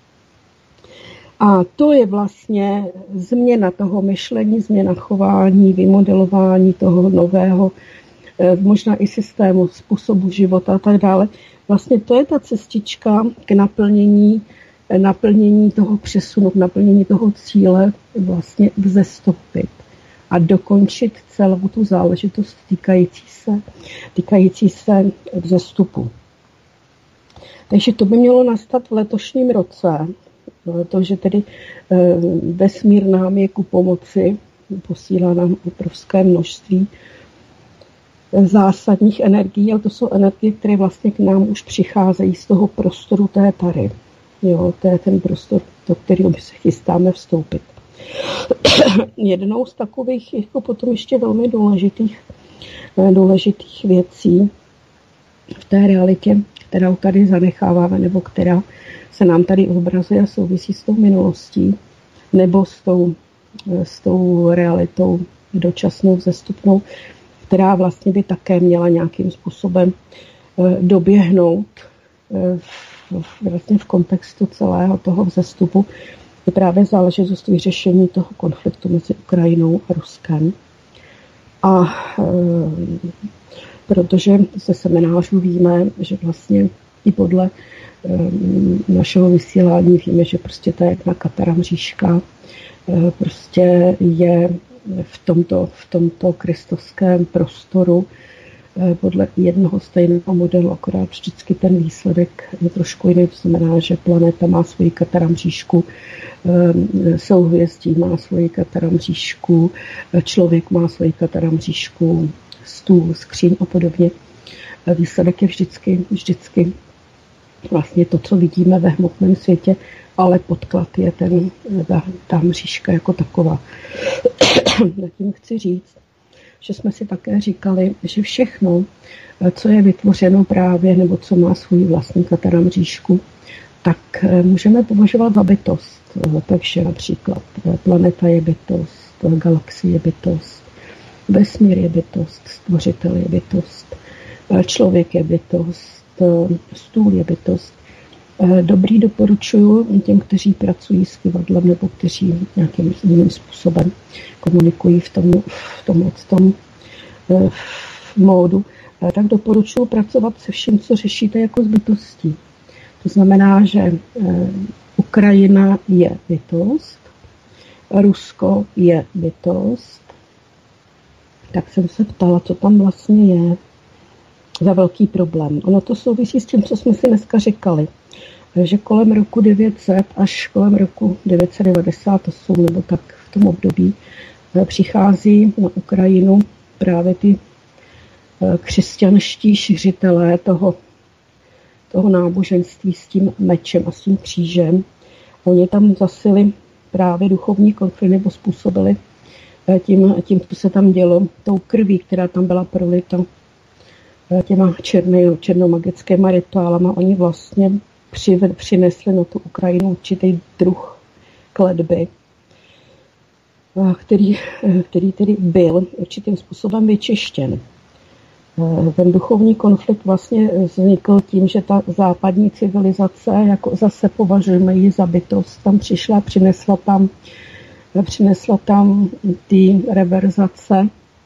A to je vlastně změna toho myšlení, změna chování, vymodelování toho nového, možná i systému, způsobu života a tak dále. Vlastně to je ta cestička k naplnění toho přesunu, k naplnění toho cíle vlastně vzestoupit a dokončit celou tu záležitost týkající se vzestupu. Takže to by mělo nastat v letošním roce, to, že tedy vesmír nám je ku pomoci, posílá nám obrovské množství zásadních energií, ale to jsou energie, které vlastně k nám už přicházejí z toho prostoru té tary. Jo, to je ten prostor, do kterého my se chystáme vstoupit. Jednou z takových jako potom ještě velmi důležitých věcí v té realitě, kterou tady zanecháváme, nebo která se nám tady obrazuje a souvisí s tou minulostí, nebo s tou realitou dočasnou, vzestupnou, která vlastně by také měla nějakým způsobem doběhnout vlastně v kontextu celého toho vzestupu, je právě záležitost vyřešení toho konfliktu mezi Ukrajinou a Ruskem. A protože ze seminářů víme, že vlastně i podle našeho vysílání víme, že prostě ta jedna Katara Mřížka prostě je v tomto kristovském prostoru podle jednoho stejného modelu, akorát vždycky ten výsledek je trošku jiný. To znamená, že planeta má svoji Katara Mřížku, souhvězdí má svoji Katara Mřížku, člověk má svoji Katara Mřížku, stůl, skříň a podobně. Výsledek je vždycky vlastně to, co vidíme ve hmotném světě, ale podklad je ta mřížka jako taková. Tím chci říct, že jsme si také říkali, že všechno, co je vytvořeno právě, nebo co má svůj vlastní Katara Mřížku, tak můžeme považovat za bytost. Takže například planeta je bytost, galaxie je bytost, vesmír je bytost, stvořitel je bytost, člověk je bytost, stůl je bytost. Dobrý doporučuji těm, kteří pracují s kyvadlem nebo kteří nějakým jiným způsobem komunikují v tom módu, tak doporučuji pracovat se vším, co řešíte jako s bytostí. To znamená, že Ukrajina je bytost, Rusko je bytost. Tak jsem se ptala, co tam vlastně je za velký problém. Ono to souvisí s tím, co jsme si dneska říkali, že kolem roku 900 až kolem roku 998 nebo tak v tom období přichází na Ukrajinu právě ty křesťanští šiřitelé toho náboženství s tím mečem a s tím křížem. Oni tam zasili právě duchovní konflikt nebo způsobili tím, co se tam dělo, tou krví, která tam byla prolita těma černomagickými rituálama. Oni vlastně přinesli na tu Ukrajinu určitý druh kletby, který tedy byl určitým způsobem vyčištěn. Ten duchovní konflikt vlastně vznikl tím, že ta západní civilizace, jako zase považujeme ji za bytost, tam přišla, přinesla tam ty reverzace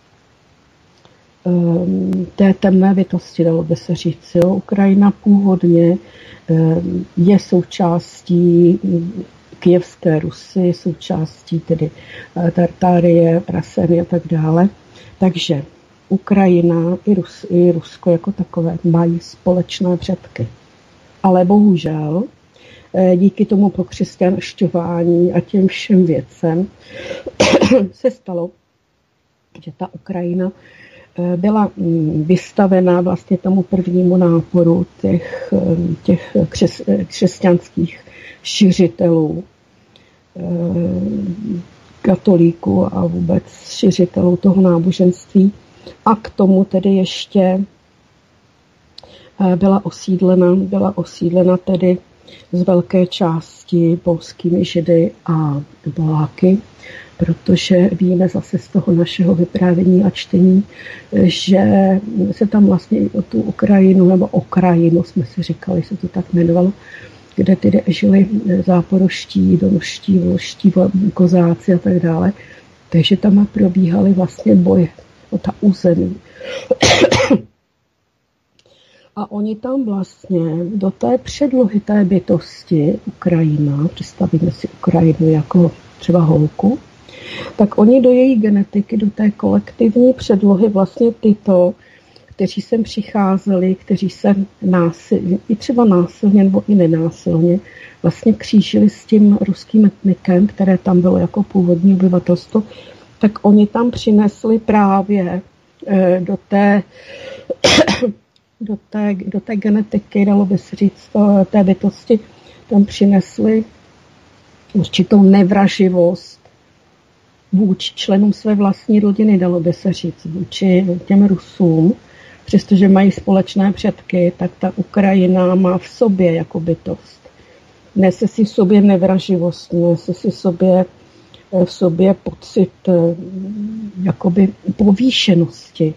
té temné bytosti, dalo by se říct. Jo. Ukrajina původně je součástí Kyjevské Rusy, součástí tedy Tartárie, Praseny a tak dále. Takže Ukrajina i Rusko jako takové mají společné předky. Ale bohužel díky tomu pokřesťanšťování a těm všem věcem se stalo, že ta Ukrajina byla vystavena vlastně tomu prvnímu náporu těch křesťanských šiřitelů, katolíků a vůbec šiřitelů toho náboženství. A k tomu tedy ještě byla osídlena tedy z velké části polskými Židy a Poláky, protože víme zase z toho našeho vyprávění a čtení, že se tam vlastně o tu Ukrajinu, nebo Okrajinu jsme si říkali, se to tak jmenovalo, kde tedy žili záporoští, donoští, vloští, kozáci a tak dále. Takže tam probíhaly vlastně boje o ta území. A oni tam vlastně do té předlohy té bytosti Ukrajina, představíme si Ukrajinu jako třeba holku, tak oni do její genetiky, do té kolektivní předlohy vlastně tyto, kteří sem přicházeli, kteří se násilně, i třeba násilně nebo i nenásilně, vlastně křížili s tím ruským etnikem, které tam bylo jako původní obyvatelstvo, tak oni tam přinesli právě do té genetiky, dalo by se říct, té bytosti, tam přinesli určitou nevraživost vůči členům své vlastní rodiny, dalo by se říct, vůči těm Rusům, přestože mají společné předky, tak ta Ukrajina má v sobě jako bytost. Nese si v sobě nevraživost, nese si v sobě pocit jakoby povýšenosti,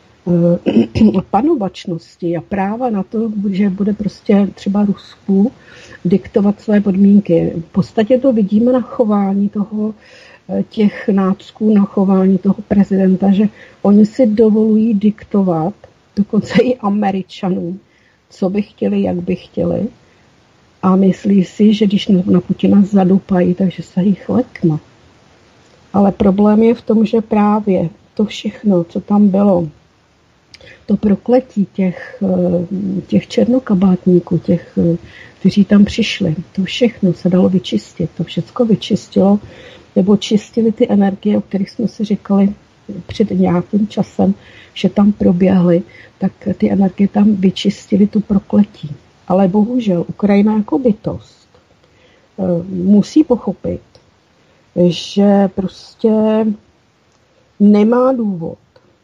panovačnosti a práva na to, že bude prostě třeba Rusku diktovat své podmínky. V podstatě to vidíme na chování těch nácků, na chování toho prezidenta, že oni si dovolují diktovat, dokonce i Američanům, co by chtěli, jak by chtěli. A myslí si, že když na Putina zadupají, takže se jich lekne. Ale problém je v tom, že právě to všechno, co tam bylo, to prokletí těch černokabátníků, těch, kteří tam přišli, to všechno se dalo vyčistit. To všechno vyčistilo, nebo čistili ty energie, o kterých jsme si říkali před nějakým časem, že tam proběhly, tak ty energie tam vyčistili tu prokletí. Ale bohužel Ukrajina jako bytost musí pochopit, že prostě nemá důvod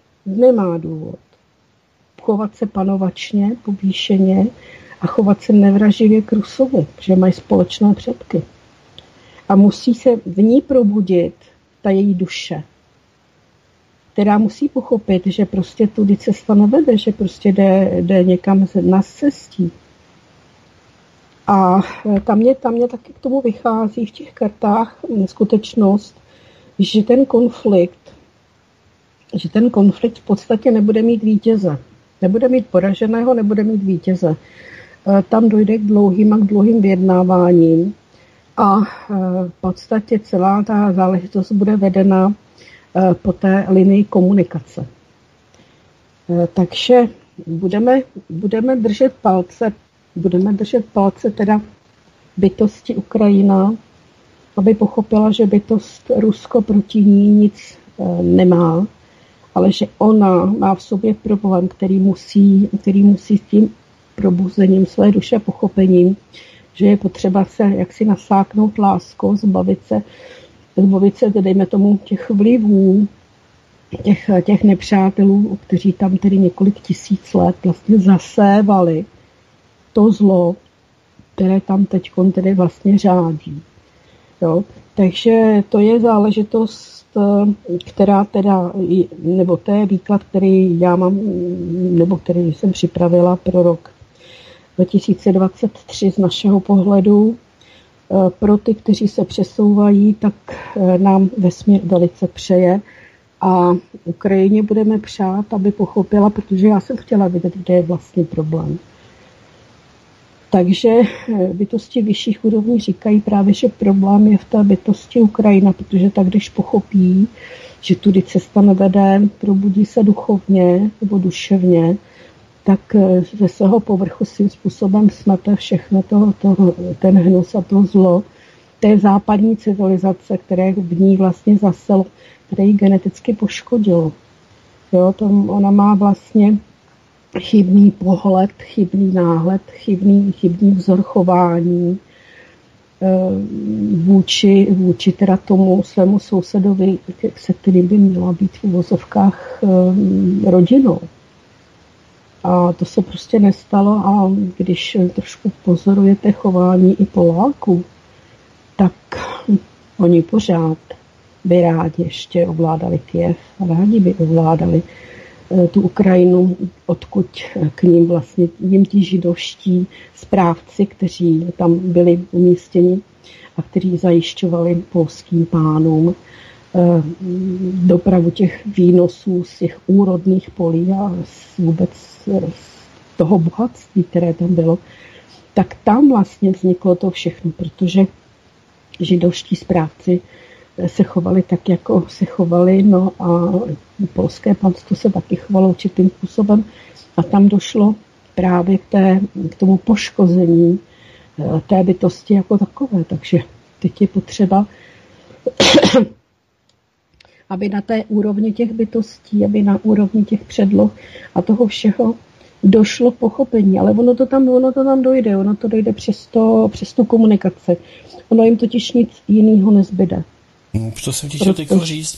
chovat se panovačně, povýšeně a chovat se nevraživě k Rusovi, že mají společné předky. A musí se v ní probudit ta její duše, která musí pochopit, že prostě tudy cesta nevede, že prostě jde někam na cestí. A tam mě taky k tomu vychází v těch kartách skutečnost, že ten konflikt v podstatě nebude mít vítěze. Nebude mít poraženého, nebude mít vítěze. Tam dojde k dlouhým vyjednáváním a v podstatě celá ta záležitost bude vedena po té linii komunikace. Takže budeme držet palce teda bytosti Ukrajina, aby pochopila, že bytost Rusko proti ní nic nemá, ale že ona má v sobě problém, který musí s tím probuzením své duše, pochopením, že je potřeba se jaksi nasáknout láskou, zbavit se, dejme tomu, těch vlivů, těch nepřátelů, kteří tam tedy několik tisíc let vlastně zasévali to zlo, které tam teď tedy vlastně řádí. Jo? Takže to je záležitost, která teda, nebo to je výklad, který já mám, nebo který jsem připravila pro rok 2023 z našeho pohledu. Pro ty, kteří se přesouvají, tak nám vesmír velice přeje a Ukrajině budeme přát, aby pochopila, protože já jsem chtěla vidět, kde je vlastně problém. Takže bytosti vyšších úrovní říkají právě, že problém je v té bytosti Ukrajina, protože tak, když pochopí, že tudy cesta nevede, probudí se duchovně nebo duševně, tak ze svého povrchu svým způsobem smete všechno ten hnus a to zlo té západní civilizace, které v ní vlastně zaselo, které ji geneticky poškodilo. Jo, ona má vlastně chybný pohled, chybný náhled, chybný vzor chování vůči teda tomu svému sousedovi, se kterým by měla být v uvozovkách rodinou. A to se prostě nestalo a když trošku pozorujete chování i Poláků, tak oni pořád by rádi ještě ovládali Kyjev, rádi by ovládali tu Ukrajinu, odkud k ním vlastně jim ti židovští správci, kteří tam byli umístěni a kteří zajišťovali polským pánům dopravu těch výnosů z těch úrodných polí a vůbec toho bohatství, které tam bylo, tak tam vlastně vzniklo to všechno, protože židovští správci se chovali tak, jako se chovali, no a polské panstvo se taky chovalo určitým způsobem a tam došlo právě k tomu poškození té bytosti jako takové. Takže teď je potřeba, aby na té úrovni těch bytostí, aby na úrovni těch předloh a toho všeho došlo pochopení, ale ono to tam dojde, ono to dojde přes tu komunikaci. Ono jim totiž nic jiného nezbyde. To jsem ti chtěl teď říct,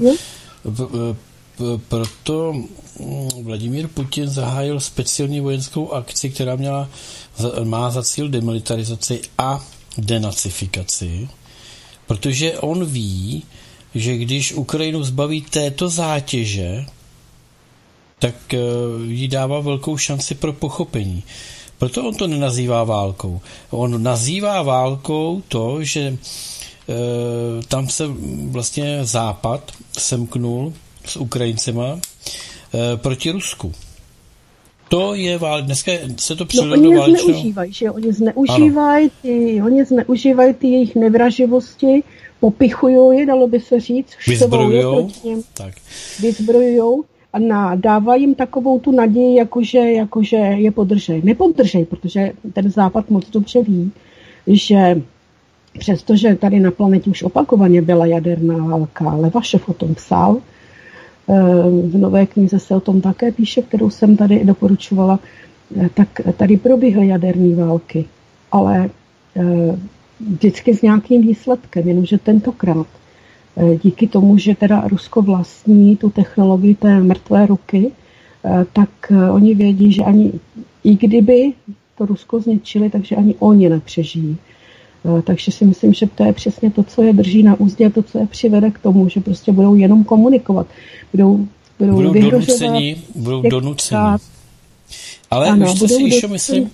proto Vladimír Putin zahájil speciální vojenskou akci, která má za cíl demilitarizaci a denacifikaci, protože on ví, že když Ukrajinu zbaví této zátěže, tak jí dává velkou šanci pro pochopení. Proto on to nenazývá válkou. On nazývá válkou to, že tam se vlastně Západ semknul s Ukrajincema proti Rusku. To je dneska se to převedlo do válečného. Zneužívají, že oni zneužívají ty jejich nevraživosti, popichují je, dalo by se říct, vyzbrojujou a dávají jim takovou tu naději, jakože je podržej. Nepodržej, protože ten Západ moc dobře ví, že přestože tady na planetě už opakovaně byla jaderná válka, Levašev o tom psal, v nové knize se o tom také píše, kterou jsem tady doporučovala, tak tady proběhly jaderné války, ale vždycky s nějakým výsledkem, jenomže tentokrát díky tomu, že teda Rusko vlastní tu technologii té mrtvé ruky, tak oni vědí, že i kdyby to Rusko zničili, takže ani oni nepřežijí. Takže si myslím, že to je přesně to, co je drží na úzdě a to, co je přivede k tomu, že prostě budou jenom komunikovat. Budou donuceni. Ale ano, už to si ještě myslím,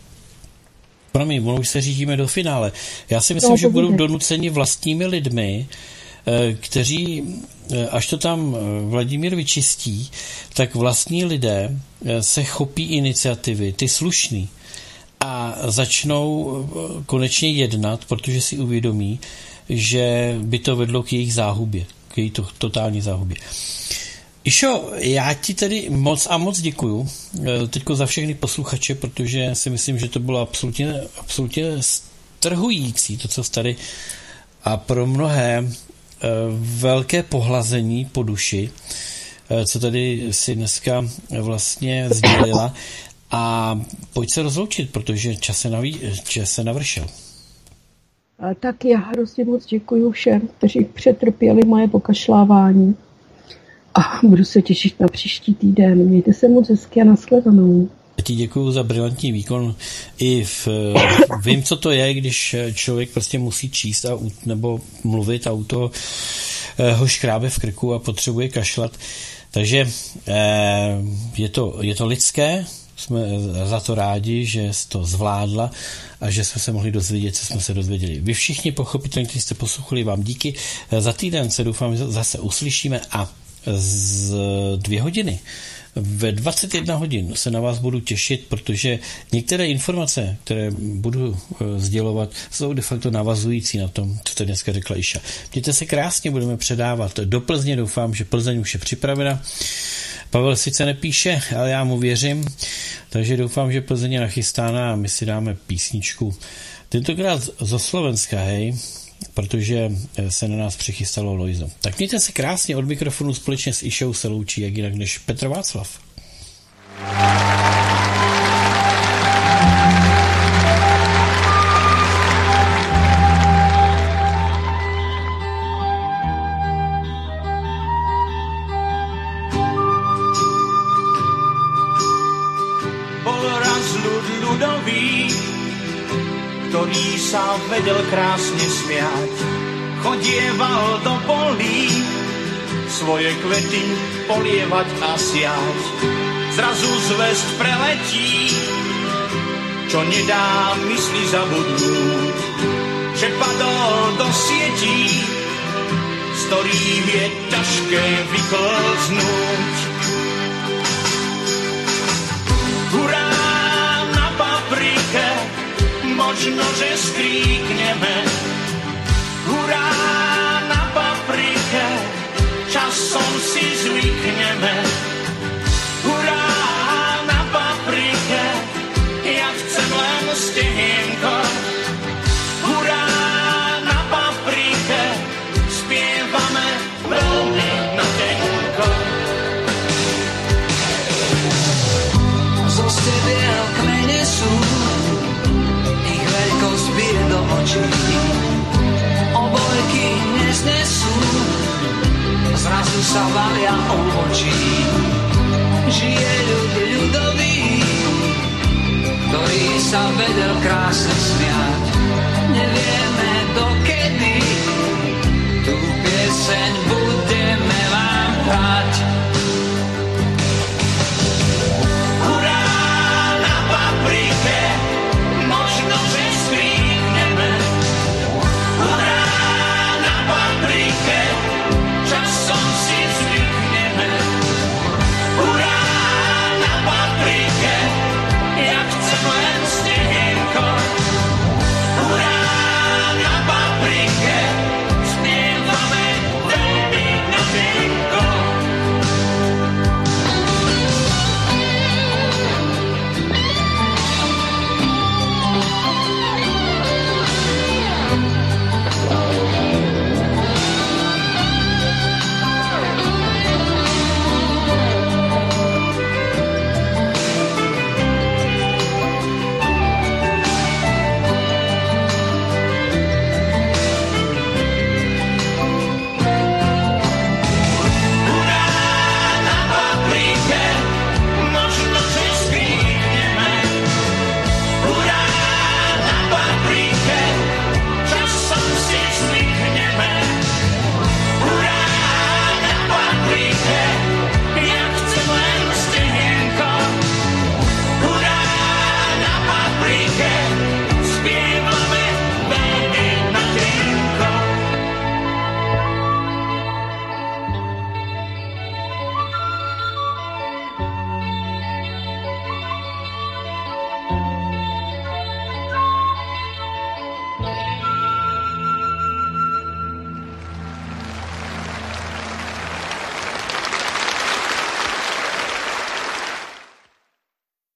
už se řídíme do finále. Já si myslím, že budou donuceni vlastními lidmi, kteří, až to tam Vladimír vyčistí, tak vlastní lidé se chopí iniciativy, ty slušný, a začnou konečně jednat, protože si uvědomí, že by to vedlo k jejich záhubě, k její totální záhubě. Išo, já ti tedy moc děkuju teďko za všechny posluchače, protože si myslím, že to bylo absolutně strhující, to, co tady a pro mnohé velké pohlazení po duši, co tady si dneska vlastně sdělila. A pojď se rozloučit, protože čas se navršil. Tak já hrozně moc děkuji všem, kteří přetrpěli moje pokašlávání. A budu se těšit na příští týden. Mějte se moc hezky a nashledanou. Já ti děkuju za brilantní výkon. Vím, co to je, když člověk prostě musí číst nebo mluvit a u toho ho škrábe v krku a potřebuje kašlat. Takže je to lidské. Jsme za to rádi, že jsi to zvládla a že jsme se mohli dozvědět, co jsme se dozvěděli. Vy všichni pochopitelně, kteří jste poslouchali, vám díky. Za týden se doufám, že zase uslyšíme a z 2 hodiny ve 21 hodin se na vás budu těšit, protože některé informace, které budu sdělovat, jsou de facto navazující na tom, co to dneska řekla Iša. Mějte se krásně, budeme předávat do Plzně, doufám, že Plzeň už je připravena. Pavel sice nepíše, ale já mu věřím, takže doufám, že Plzeň je nachystána a my si dáme písničku. Tentokrát zo Slovenska, hej, protože se na nás přichystalo Lojzo. Tak mějte se krásně, od mikrofonu společně s Išou se loučí, jak jinak než Petr Václav. ľudový, ktorý sa vedel krásne smiať. Chodieval do polí, svoje kvety polievať a siať. Zrazu zvesť preletí, čo nedá mysli zabudnúť, že padol do sietí, z ktorých je ťažké vyklznúť. Hurá na paprike, možno, že skríkneme. Hurá na paprike, časom si zvykneme. Hurá na paprike, ja chcem len stehienko. Hurá na paprike, spievame veľmi natenko. Zo stebiel kmene sú, ich veľkosť bije do očí. Obojky neznesú, zrazu sa valia obočí. Žije ľud ľudový, ktorý sa vedel krásne smiať. Nevieme dokedy tú pieseň budeme vám hrať.